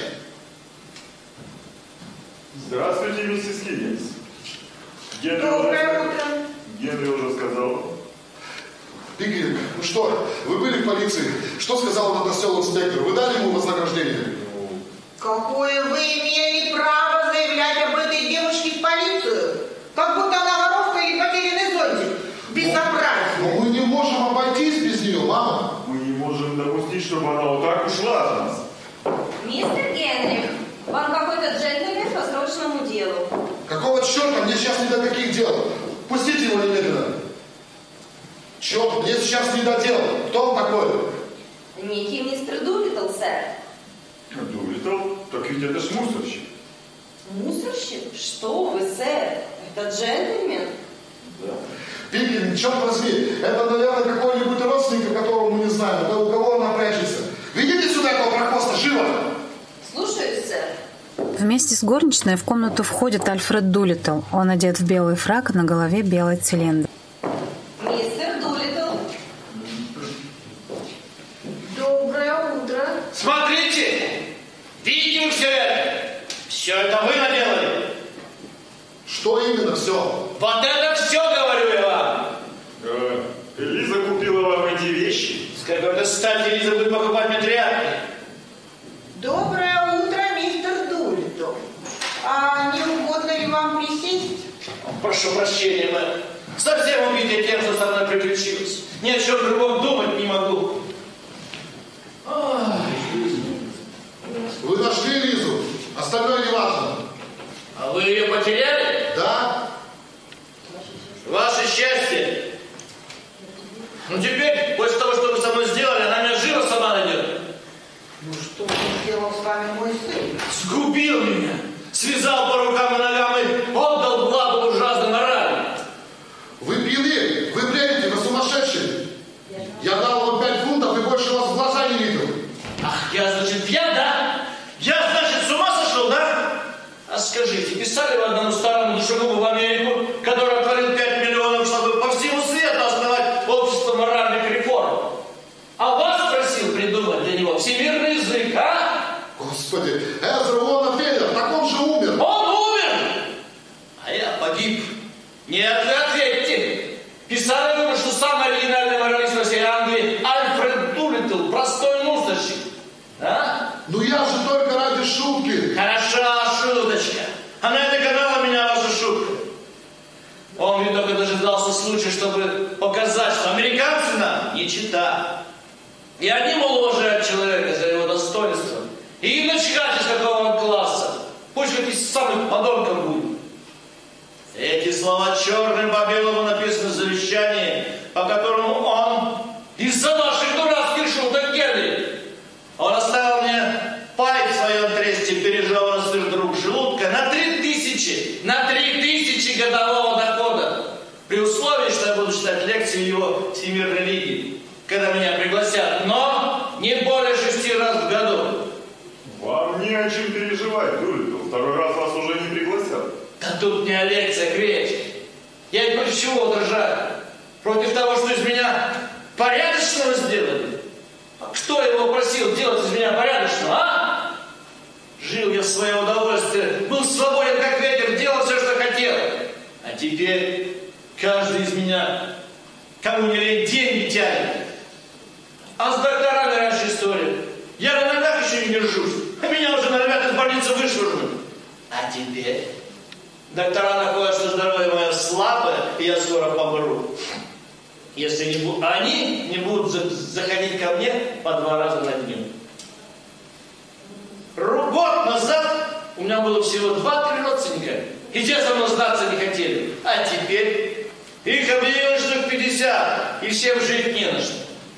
Здравствуйте, миссис Хиггинс. Доброе утро. Генри уже сказал. Пикеринг, ну что, вы были в полиции? Что сказал этот осел инспектор? Вы дали ему вознаграждение? Какое вы имели право заявлять об этой девушке в полицию? Как будто она воровка или потерянный зонтик. Безобразие. Но мы не можем обойтись без нее, мама. Мы не можем допустить, чтобы она вот так ушла от нас. Мистер Генри, вам какой-то джентльмен по срочному делу. Какого черта? Мне сейчас не до каких дел. Пустите его немедленно. Черт, мне сейчас не до дел. Кто он такой? Некий мистер Дулиттл, сэр. Дулиттл? Так ведь это ж мусорщик. Мусорщик? Что вы, сэр? Это джентльмен? Да. Пикеринг, черт возьми, это, наверное, какой-нибудь родственник, которого мы не знаем. Да у кого она прячется? Ведите сюда этого прохвоста, живо! Слушаюсь, сэр. Вместе с горничной в комнату входит Альфред Дулиттл. Он одет в белый фрак, на голове белый цилиндр. Мистер Дулиттл. Доброе утро. Смотрите! Видите вы все это? Все это вы наделали? Что именно все? Вот это все, говорю я вам! Элиза купила вам эти вещи. С какой-то стати Элиза будет покупать мне тряпки. Доброе утро, мистер Дулиттл. А не угодно ли вам присесть? Прошу прощения, мэм. Совсем убитый тем, что со мной приключилось. Ни о чем другом думать не могу. Вы нашли Лизу? Остальное не важно. А вы ее потеряли? Да? Ваше счастье. Ну теперь, после того, что вы со мной сделали, она меня живо сама найдет. Ну что же сделал с вами мой сын? Сгубил меня. Связал по рукам и ногам и отдал Владу ужасной морали. Вы пьяны, вы бредите, вы сумасшедшие. Я дал вам 5 фунтов и больше вас в глаза не видел. Ах, я, значит, пьян, да? Я, значит, с ума сошел, да? А скажите, писали вы одному старому душегубу в Америку, который отворил 5 миллионов, чтобы по всему свету основать общество моральных реформ? А вас просил придумать для него всемирный язык, а? Господи, Эзра Уоррен Феллер, так он же умер. Он умер! А я погиб. Нет, вы ответьте. Писали вы, что самый оригинальный моралист во всей Англии Альфред Дулиттл, простой мусорщик. А? Ну я же только ради Она и догадала меня вашей шуткой. Он ведь только дожидался случая, чтобы показать, что американцы нам не чита. И одни, мол, уважают человека за его достоинство. И им начхать, из какого он класса. Пусть хоть из самых подонков будет. Эти слова черным по белому написаны в завещании, по которому он из-за ваших дурацких шуток Генри. Он оставил мне пай в своем тресте пережеванный друг желудка на 3000 годового дохода. При условии, что я буду читать лекции его Всемирной Лиги, когда меня пригласят, но не более 6 раз в году. Вам не о чем переживать, Дулиттл. Второй раз вас уже не пригласят. Да тут не о лекциях речь. Я ведь против чего возражаю? Против того, что из меня порядочного сделали? Кто его просил делать из меня порядочного, а? Жил я в свое удовольствие, был свободен как ветер, делал все, что хотел. А теперь каждый из меня, кому не лень, деньги тянет. А с докторами раньше история. Я на ногах еще не держусь, а меня уже норовят из больницы вышвырнуть. А теперь доктора находят, что здоровье мое слабое, и я скоро помру. Если они не будут заходить ко мне по 2 раза на дню. Год назад у меня было всего 2-3 родственника, и те со мной сдаться не хотели. А теперь их объявилось штук 50, и всем жить не на что.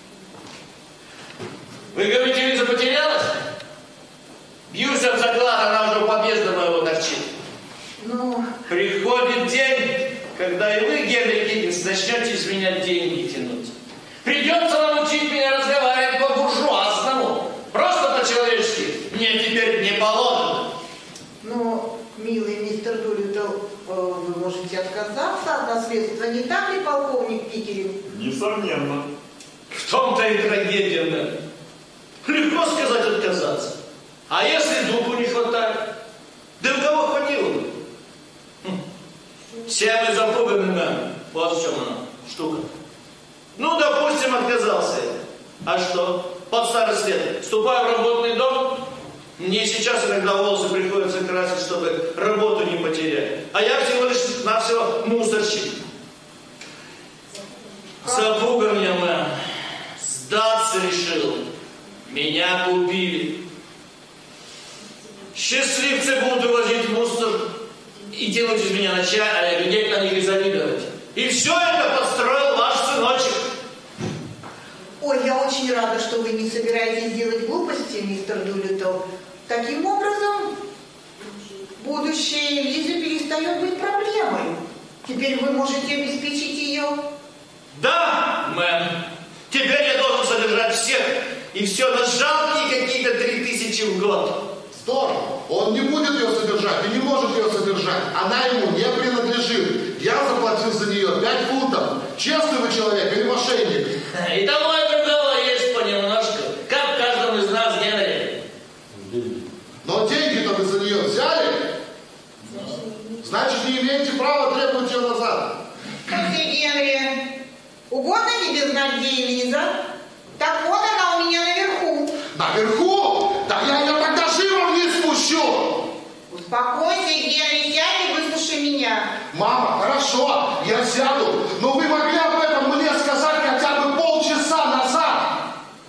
Вы говорите, Лиза потерялась? Бьюсь об заклад, она уже у подъезда моего торчит. Ну... Приходит день, когда и вы, Генри Гиггинс, начнете из меня деньги тянуть. Придется вам учить меня разговаривать по-буржуазному. Просто по-человечески. Мне теперь не положено. Ну, милый мистер Дулиттл, вы можете отказаться от наследства, не так ли, полковник Пикеринг? Несомненно. В том-то и трагедия, мэм. Легко сказать отказаться. А если духу не хватает? Да у кого хватило бы? Все мы запуганы, мэм. Вот в чем она штука. Ну, допустим, отказался я. А что? Под старость лет вступаю в работный дом. Мне сейчас иногда волосы приходится красить, чтобы работу не потерять. А я всего лишь навсего мусорщик. Запуган я, мэм. Сдаться решил. Меня купили. Счастливцы будут вывозить мусор и делать из меня начальника, а глядеть на них и завидовать. И все это подстроил ваш сыночек. Ой, я очень рада, что вы не собираетесь делать глупости, мистер Дулиттл. Таким образом, будущее Лизы перестает быть проблемой. Теперь вы можете обеспечить ее. Да, мэм. Теперь я должен содержать всех. И все на жалкие какие-то 3000 в год. Здорово. Он не будет ее содержать и не может ее содержать. Она ему не принадлежит. Я заплатил за нее 5 фунтов. Честный вы человек или мошенник? И того и другого есть понемножку. Как каждому из нас, Генри. Но деньги-то вы за нее взяли? Значит, не имеете права требовать ее назад. Как тебе, Генри? Угодно тебе знать, где Лиза? Так вот она у меня наверху. Наверху? Да я ее тогда живо вниз спущу. Успокойся, Генри, сядь и выслушай меня. Мама, хорошо, я сяду. Но вы могли об этом мне сказать хотя бы полчаса назад.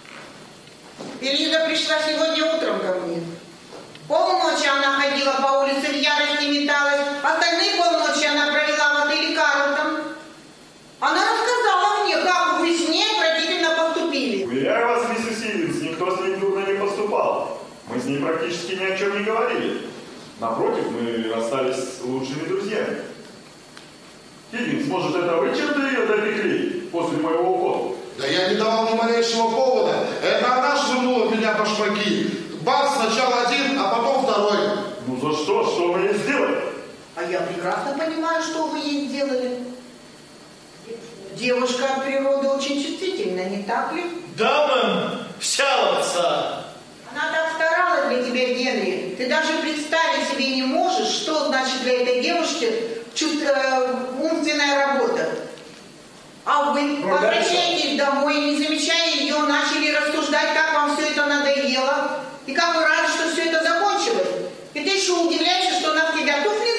И Лиза пришла сегодня утром ко мне. Полночи она ходила по улице в ярости, металась. Остальные полночи она провела в отеле «Карлтон». Она рассказала мне, как вы с ней отвратительно поступили. Уверяю вас, миссис Хиггинс, никто с ней дурно не поступал. Мы с ней практически ни о чем не говорили. Напротив, мы расстались лучшими друзьями. Хиггинс, может, это вы чем-то ее допекли после моего ухода? Да я не давал ни малейшего повода. Это она швырнула меня по шпаги. Бац, сначала один, а потом второй. Ну за что? Что вы ей сделали? А я прекрасно понимаю, что вы ей сделали. Девушка от природы очень чувствительна, не так ли? Да, мэм, вся овца. Она так старалась для тебя, Генри. Ты даже представить себе не можешь, что значит для этой девушки умственная работа. А вы возвращаетесь домой, не замечая ее, начали рассуждать, как вам все это надоело. И как вы рады, что все это закончилось. И ты еще удивляешься, что она в тебя туфли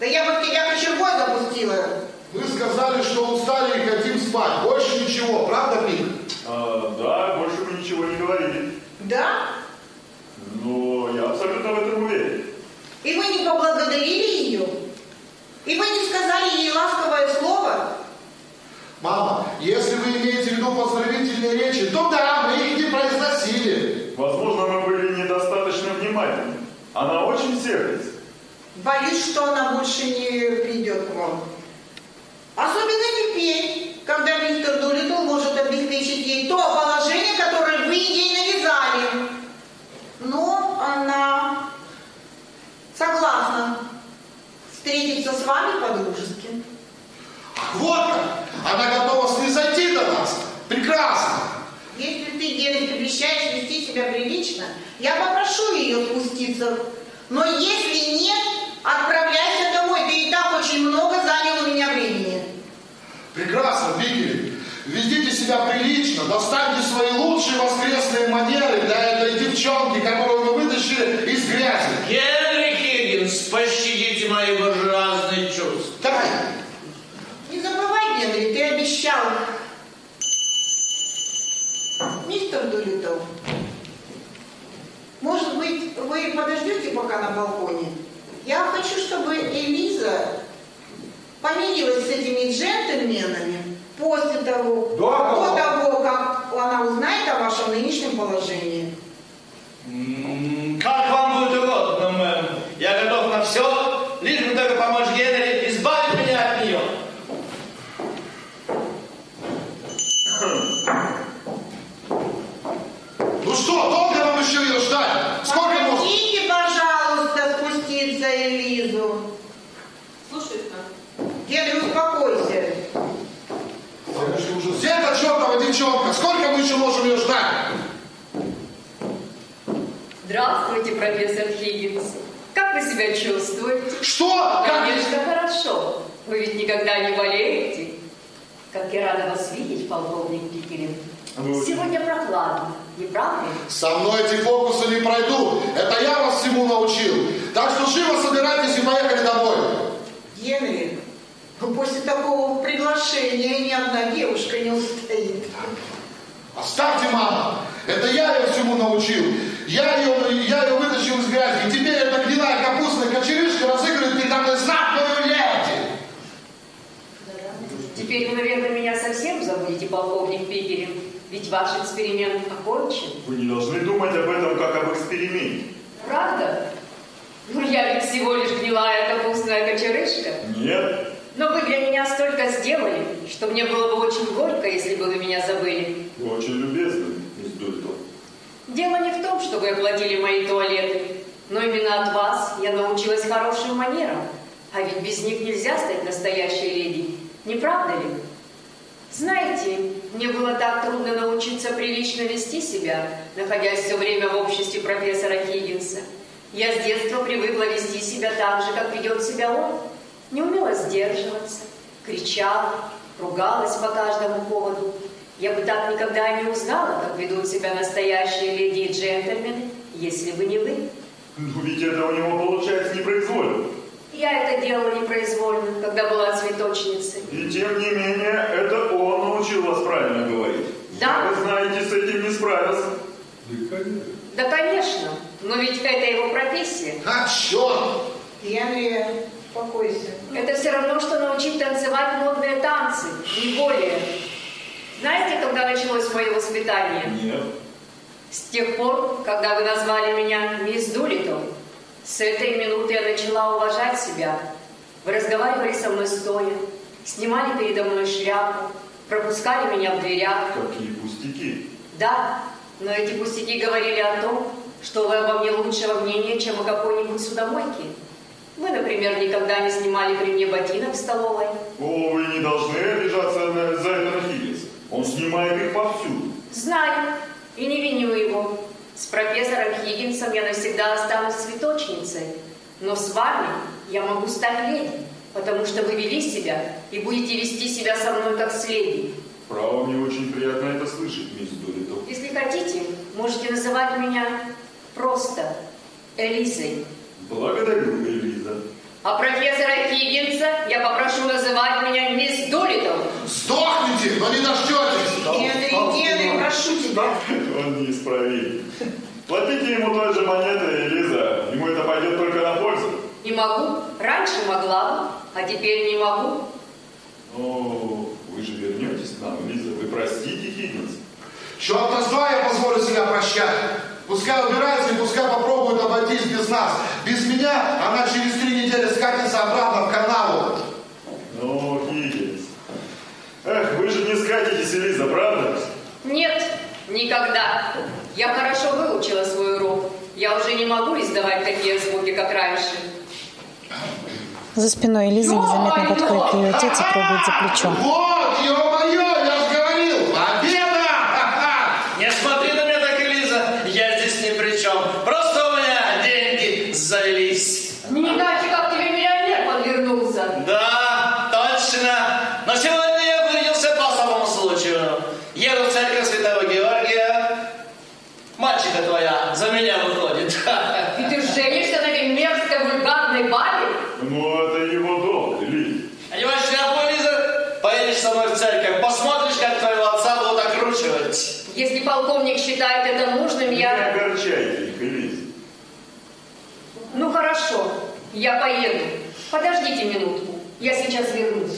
Да я бы в тебя кочергой запустила. Мы сказали, что устали и хотим спать. Больше ничего. Правда, Пик? Да, больше мы ничего не говорили. Да? Но я абсолютно в этом уверен. И вы не поблагодарили ее? И вы не сказали ей ласковое слово? Мама, если вы имеете в виду поздравительные речи, то да, мы их не произносили. Возможно, мы были недостаточно внимательны. Она очень сердится. Боюсь, что она больше не придет к вам. Особенно теперь, когда мистер Дулиттл может обеспечить ей то положение, которое вы ей навязали. Но она согласна встретиться с вами по-дружески. Вот как! Она готова снизойти до нас. Прекрасно! Если ты, Генри, обещаешь вести себя прилично, я попрошу ее спуститься. Но если нет, отправляйся домой. Ты и так очень много занял у меня времени. Прекрасно, Пикери. Ведите себя прилично, достаньте свои лучшие воскресные манеры для этой девчонки, которую вы вытащили из грязи. Генри Хиггинс, пощадите мои буржуазные чувства. Давай. Не забывай, Генри, ты обещал. Мистер Дулиттл, может быть, вы подождете пока на балконе? Я хочу, чтобы Элиза помирилась с этими джентльменами после того, до того, как она узнает о вашем нынешнем положении. Как вам будет угодно, мэм. Я готов на все, лишь бы только помочь Генри избавить меня от нее. Ну что, долго вам еще ее ждать? Сколько можно? Помогите, пожалуйста, спуститься Элизу. Слушаюсь, мэм. Генри, успокойся. Где эта чертова девчонка? Сколько мы еще можем ее ждать? Здравствуйте, профессор Хиггинс. Как вы себя чувствуете? Что? Конечно, хорошо. Вы ведь никогда не болеете. Как я рада вас видеть, полковник Пикеринг. Сегодня прохладно, не правда ли? Со мной эти фокусы не пройдут. Это я вас всему научил. Так что живо собирайтесь и поехали домой. Генри, после такого приглашения ни одна девушка не устоит. Оставьте, мама. Это я ее всему научил. Я ее вытащил из грязи. И теперь эта гнилая капустная кочерышка разыгрывает передо мной знатную леди. Теперь вы, наверное, меня совсем забудете, полковник Пикеринг. Ведь ваш эксперимент окончен. Вы не должны думать об этом, как об эксперименте. Правда? Ну, я ведь всего лишь гнилая капустная кочерышка. Нет. Но вы для меня столько сделали, что мне было бы очень горько, если бы вы меня забыли. Вы очень любезны, мисс Дулиттл. Дело не в том, что вы оплатили мои туалеты, но именно от вас я научилась хорошим манерам. А ведь без них нельзя стать настоящей леди. Не правда ли? Знаете, мне было так трудно научиться прилично вести себя, находясь все время в обществе профессора Хиггинса. Я с детства привыкла вести себя так же, как ведет себя он. Не умела сдерживаться, кричала, ругалась по каждому поводу. Я бы так никогда не узнала, как ведут себя настоящие леди и джентльмены, если бы не вы. Ну ведь это у него получается непроизвольно. Я это делала непроизвольно, когда была цветочницей. И тем не менее, это он научил вас правильно говорить. Да. Вы знаете, с этим не справился. Да, конечно. Но ведь это его профессия. А, черт! Генри, успокойся. Это все равно, что научить танцевать модные танцы, не более. Знаете, когда началось мое воспитание? Нет. С тех пор, когда вы назвали меня мисс Дулиттл. С этой минуты я начала уважать себя. Вы разговаривали со мной стоя, снимали передо мной шляпу, пропускали меня в дверях. Какие пустяки. Да, но эти пустяки говорили о том, что вы обо мне лучшего мнения, чем о какой-нибудь судомойке. Вы, например, никогда не снимали при мне ботинок в столовой. О, вы не должны обижаться за это на Хиггинса. Он снимает их повсюду. Знаю, и не виню его. С профессором Хиггинсом я навсегда останусь цветочницей. Но с вами я могу стать леди, потому что вы вели себя и будете вести себя со мной как с леди. Право, мне очень приятно это слышать, мисс Дулиттл. Если хотите, можете называть меня просто Элизой. Благодарю, Элиза. А профессора Хиггинса я попрошу называть меня мисс Дулиттл. Сдохните, но не дождетесь. Генри, прошу тебя. Он неисправим. Платите ему той же монетой, Лиза. Ему это пойдет только на пользу. Не могу. Раньше могла, а теперь не могу. О, вы же вернетесь к нам, Лиза. Вы простите Хиггинса. Черта с два я позволю себя прощать. Пускай убирается и пускай попробует обойтись без нас. Без меня она через 3 недели скатится обратно в канаву. Ну, Хиггинс. Эх, вы же не скатитесь, Лиза, правда? Нет, никогда. Я хорошо выучила свой урок. Я уже не могу издавать такие звуки, как раньше. За спиной Элизы незаметно подходит к ее отец и трогает за плечо. Вот, ё-моё, я же говорил, победа! Не смотри на меня так, Элиза, я здесь ни при чем. Просто у меня деньги завелись. Не иначе, как тебе миллионер подвернулся. Да, точно. Но сегодня я вырядился по особому случаю. Еду в церковь Святого Георгия. Мальчика твоя за меня выходит. И ты женишься на этой мерзкой вульгарной бабе? Ну, это его долг, Лиза. Одеваешь шляпу, Лиза, поедешь со мной в церковь, посмотришь, как твоего отца будут окручивать. Если полковник считает это нужным, Не огорчайте их, Лиза. Ну хорошо, я поеду. Подождите минутку, я сейчас вернусь.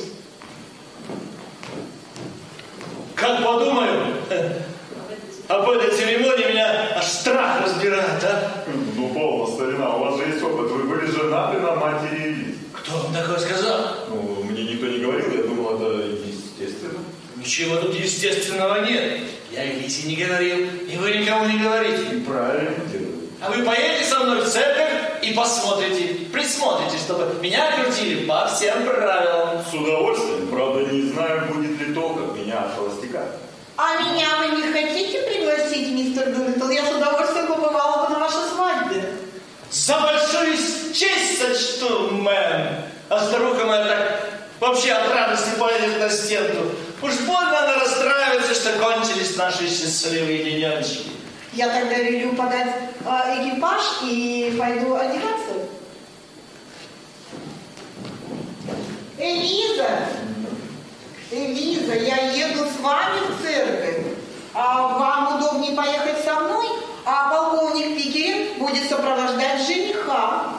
Как подумаю, об этой церемонии меня аж страх разбирает, а? Ну, полно, старина, у вас же есть опыт. Вы были женаты на матери Лизы. Кто вам такое сказал? Ну, мне никто не говорил, я думал, это естественно. Ничего тут естественного нет. Я Лизе не говорил, и вы никому не говорите. Правильно делаете. А вы поедете со мной в церковь и посмотрите, присмотрите, чтобы меня крутили по всем правилам. С удовольствием, правда, не знаю, будет ли толк от меня от холостяка. А меня вы не хотите пригласить, мистер Дулиттл? Я с удовольствием побывала бы на вашей свадьбе. За большую честь сочту, мэм. А старуха моя так вообще от радости полезет на стенку. Уж больно она расстраивается, что кончились наши счастливые денечки. Я тогда велю подать экипаж и пойду одеваться. Элиза, я еду с вами в церковь. А вам удобнее поехать со мной, а полковник Пикерин будет сопровождать жениха.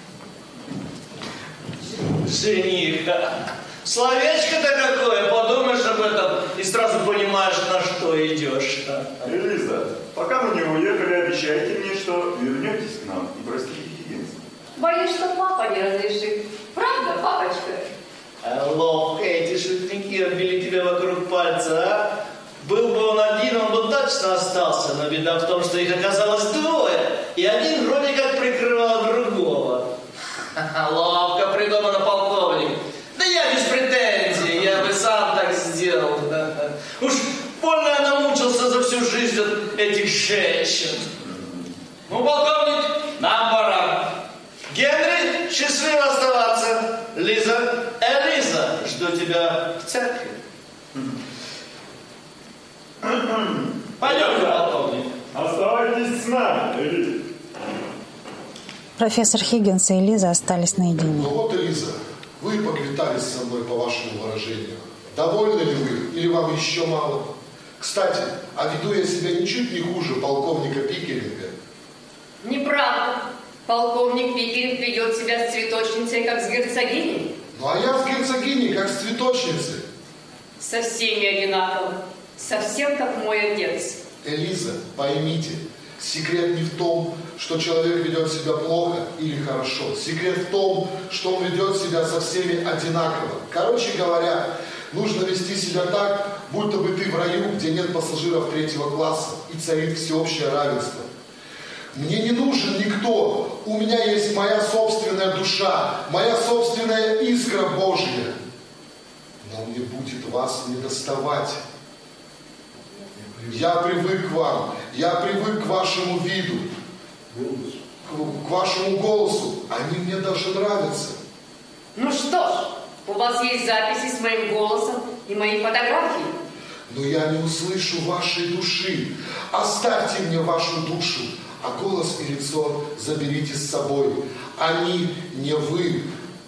Жениха. Словечко-то какое, подумаешь об этом и сразу понимаешь, на что идешь. Элиза, пока мы не уехали, обещайте мне, что вернетесь к нам и простите Хиггинса. Боюсь, что папа не разрешит. Правда, папочка? Ловко эти шутники обвели тебя вокруг пальца, а? Был бы он один, он бы точно остался, но беда в том, что их оказалось двое, и один вроде как прикрывал другого. Ловко придумано, полковник. Да я без претензий, я бы сам так сделал. Уж больно я намучился за всю жизнь от этих женщин. Ну, полковник, нам пора. Генри, счастливо оставаться. Лиза, Элиза, жду тебя в церкви. Пойдем, полковник. Оставайтесь с нами, Элиза. Профессор Хиггинс и Элиза остались наедине. Ну вот, Элиза, вы поквитались со мной по вашему выражению. Довольны ли вы или вам еще мало? Кстати, а веду я себя ничуть не хуже полковника Пикеринга. Неправда. Полковник Пикеринг ведет себя с цветочницей, как с герцогиней. Ну а я с герцогиней, как с цветочницей. Со всеми одинаково. Совсем как мой отец. Элиза, поймите, секрет не в том, что человек ведет себя плохо или хорошо. Секрет в том, что он ведет себя со всеми одинаково. Короче говоря, нужно вести себя так, будто бы ты в раю, где нет пассажиров 3-го класса и царит всеобщее равенство. Мне не нужен никто. У меня есть моя собственная душа, моя собственная искра Божья. Но мне будет вас не доставать. Я привык к вам, я привык к вашему виду, к вашему голосу. Они мне даже нравятся. Ну что ж, у вас есть записи с моим голосом и мои фотографии. Но я не услышу вашей души. Оставьте мне вашу душу, а голос и лицо заберите с собой. Они не вы,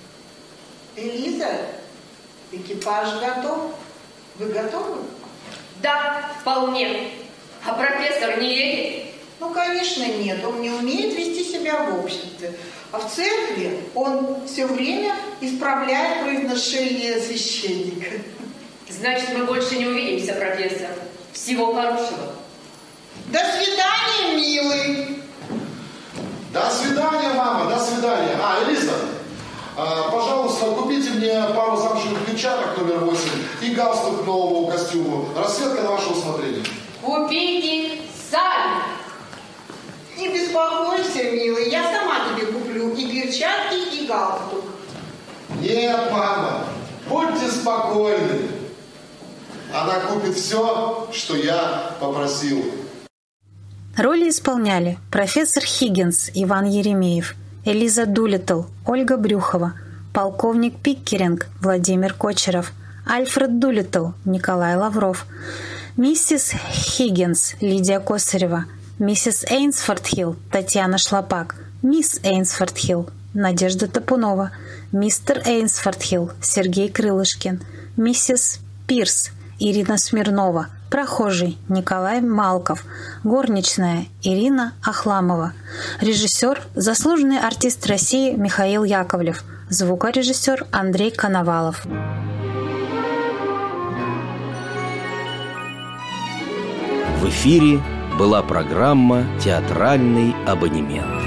Элиза, экипаж готов. Вы готовы? Да, вполне. А профессор не едет? Ну, конечно, нет. Он не умеет вести себя в обществе. А в церкви он все время исправляет произношение священника. Значит, мы больше не увидимся, профессор. Всего хорошего. До свидания, милый. До свидания, мама, до свидания. Элиза, пожалуйста, купите мне пару замшевых перчаток номер 8 и галстук к новому костюму. Расцветка на ваше усмотрение. Купите сами. Не беспокойся, милый, я сама тебе куплю и перчатки, и галстук. Нет, мама, будьте спокойны. Она купит все, что я попросил. Роли исполняли профессор Хиггинс Иван Еремеев, Элиза Дулиттл Ольга Брюхова, полковник Пиккеринг Владимир Кочеров, Альфред Дулиттл Николай Лавров, миссис Хиггинс Лидия Косарева, миссис Эйнсфорд-Хилл Татьяна Шлапак, мисс Эйнсфорд-Хилл Надежда Топунова, мистер Эйнсфорд-Хилл Сергей Крылышкин, миссис Пирс Ирина Смирнова, прохожий Николай Малков, горничная Ирина Ахламова, режиссер, заслуженный артист России Михаил Яковлев, звукорежиссер Андрей Коновалов. В эфире была программа «Театральный абонемент».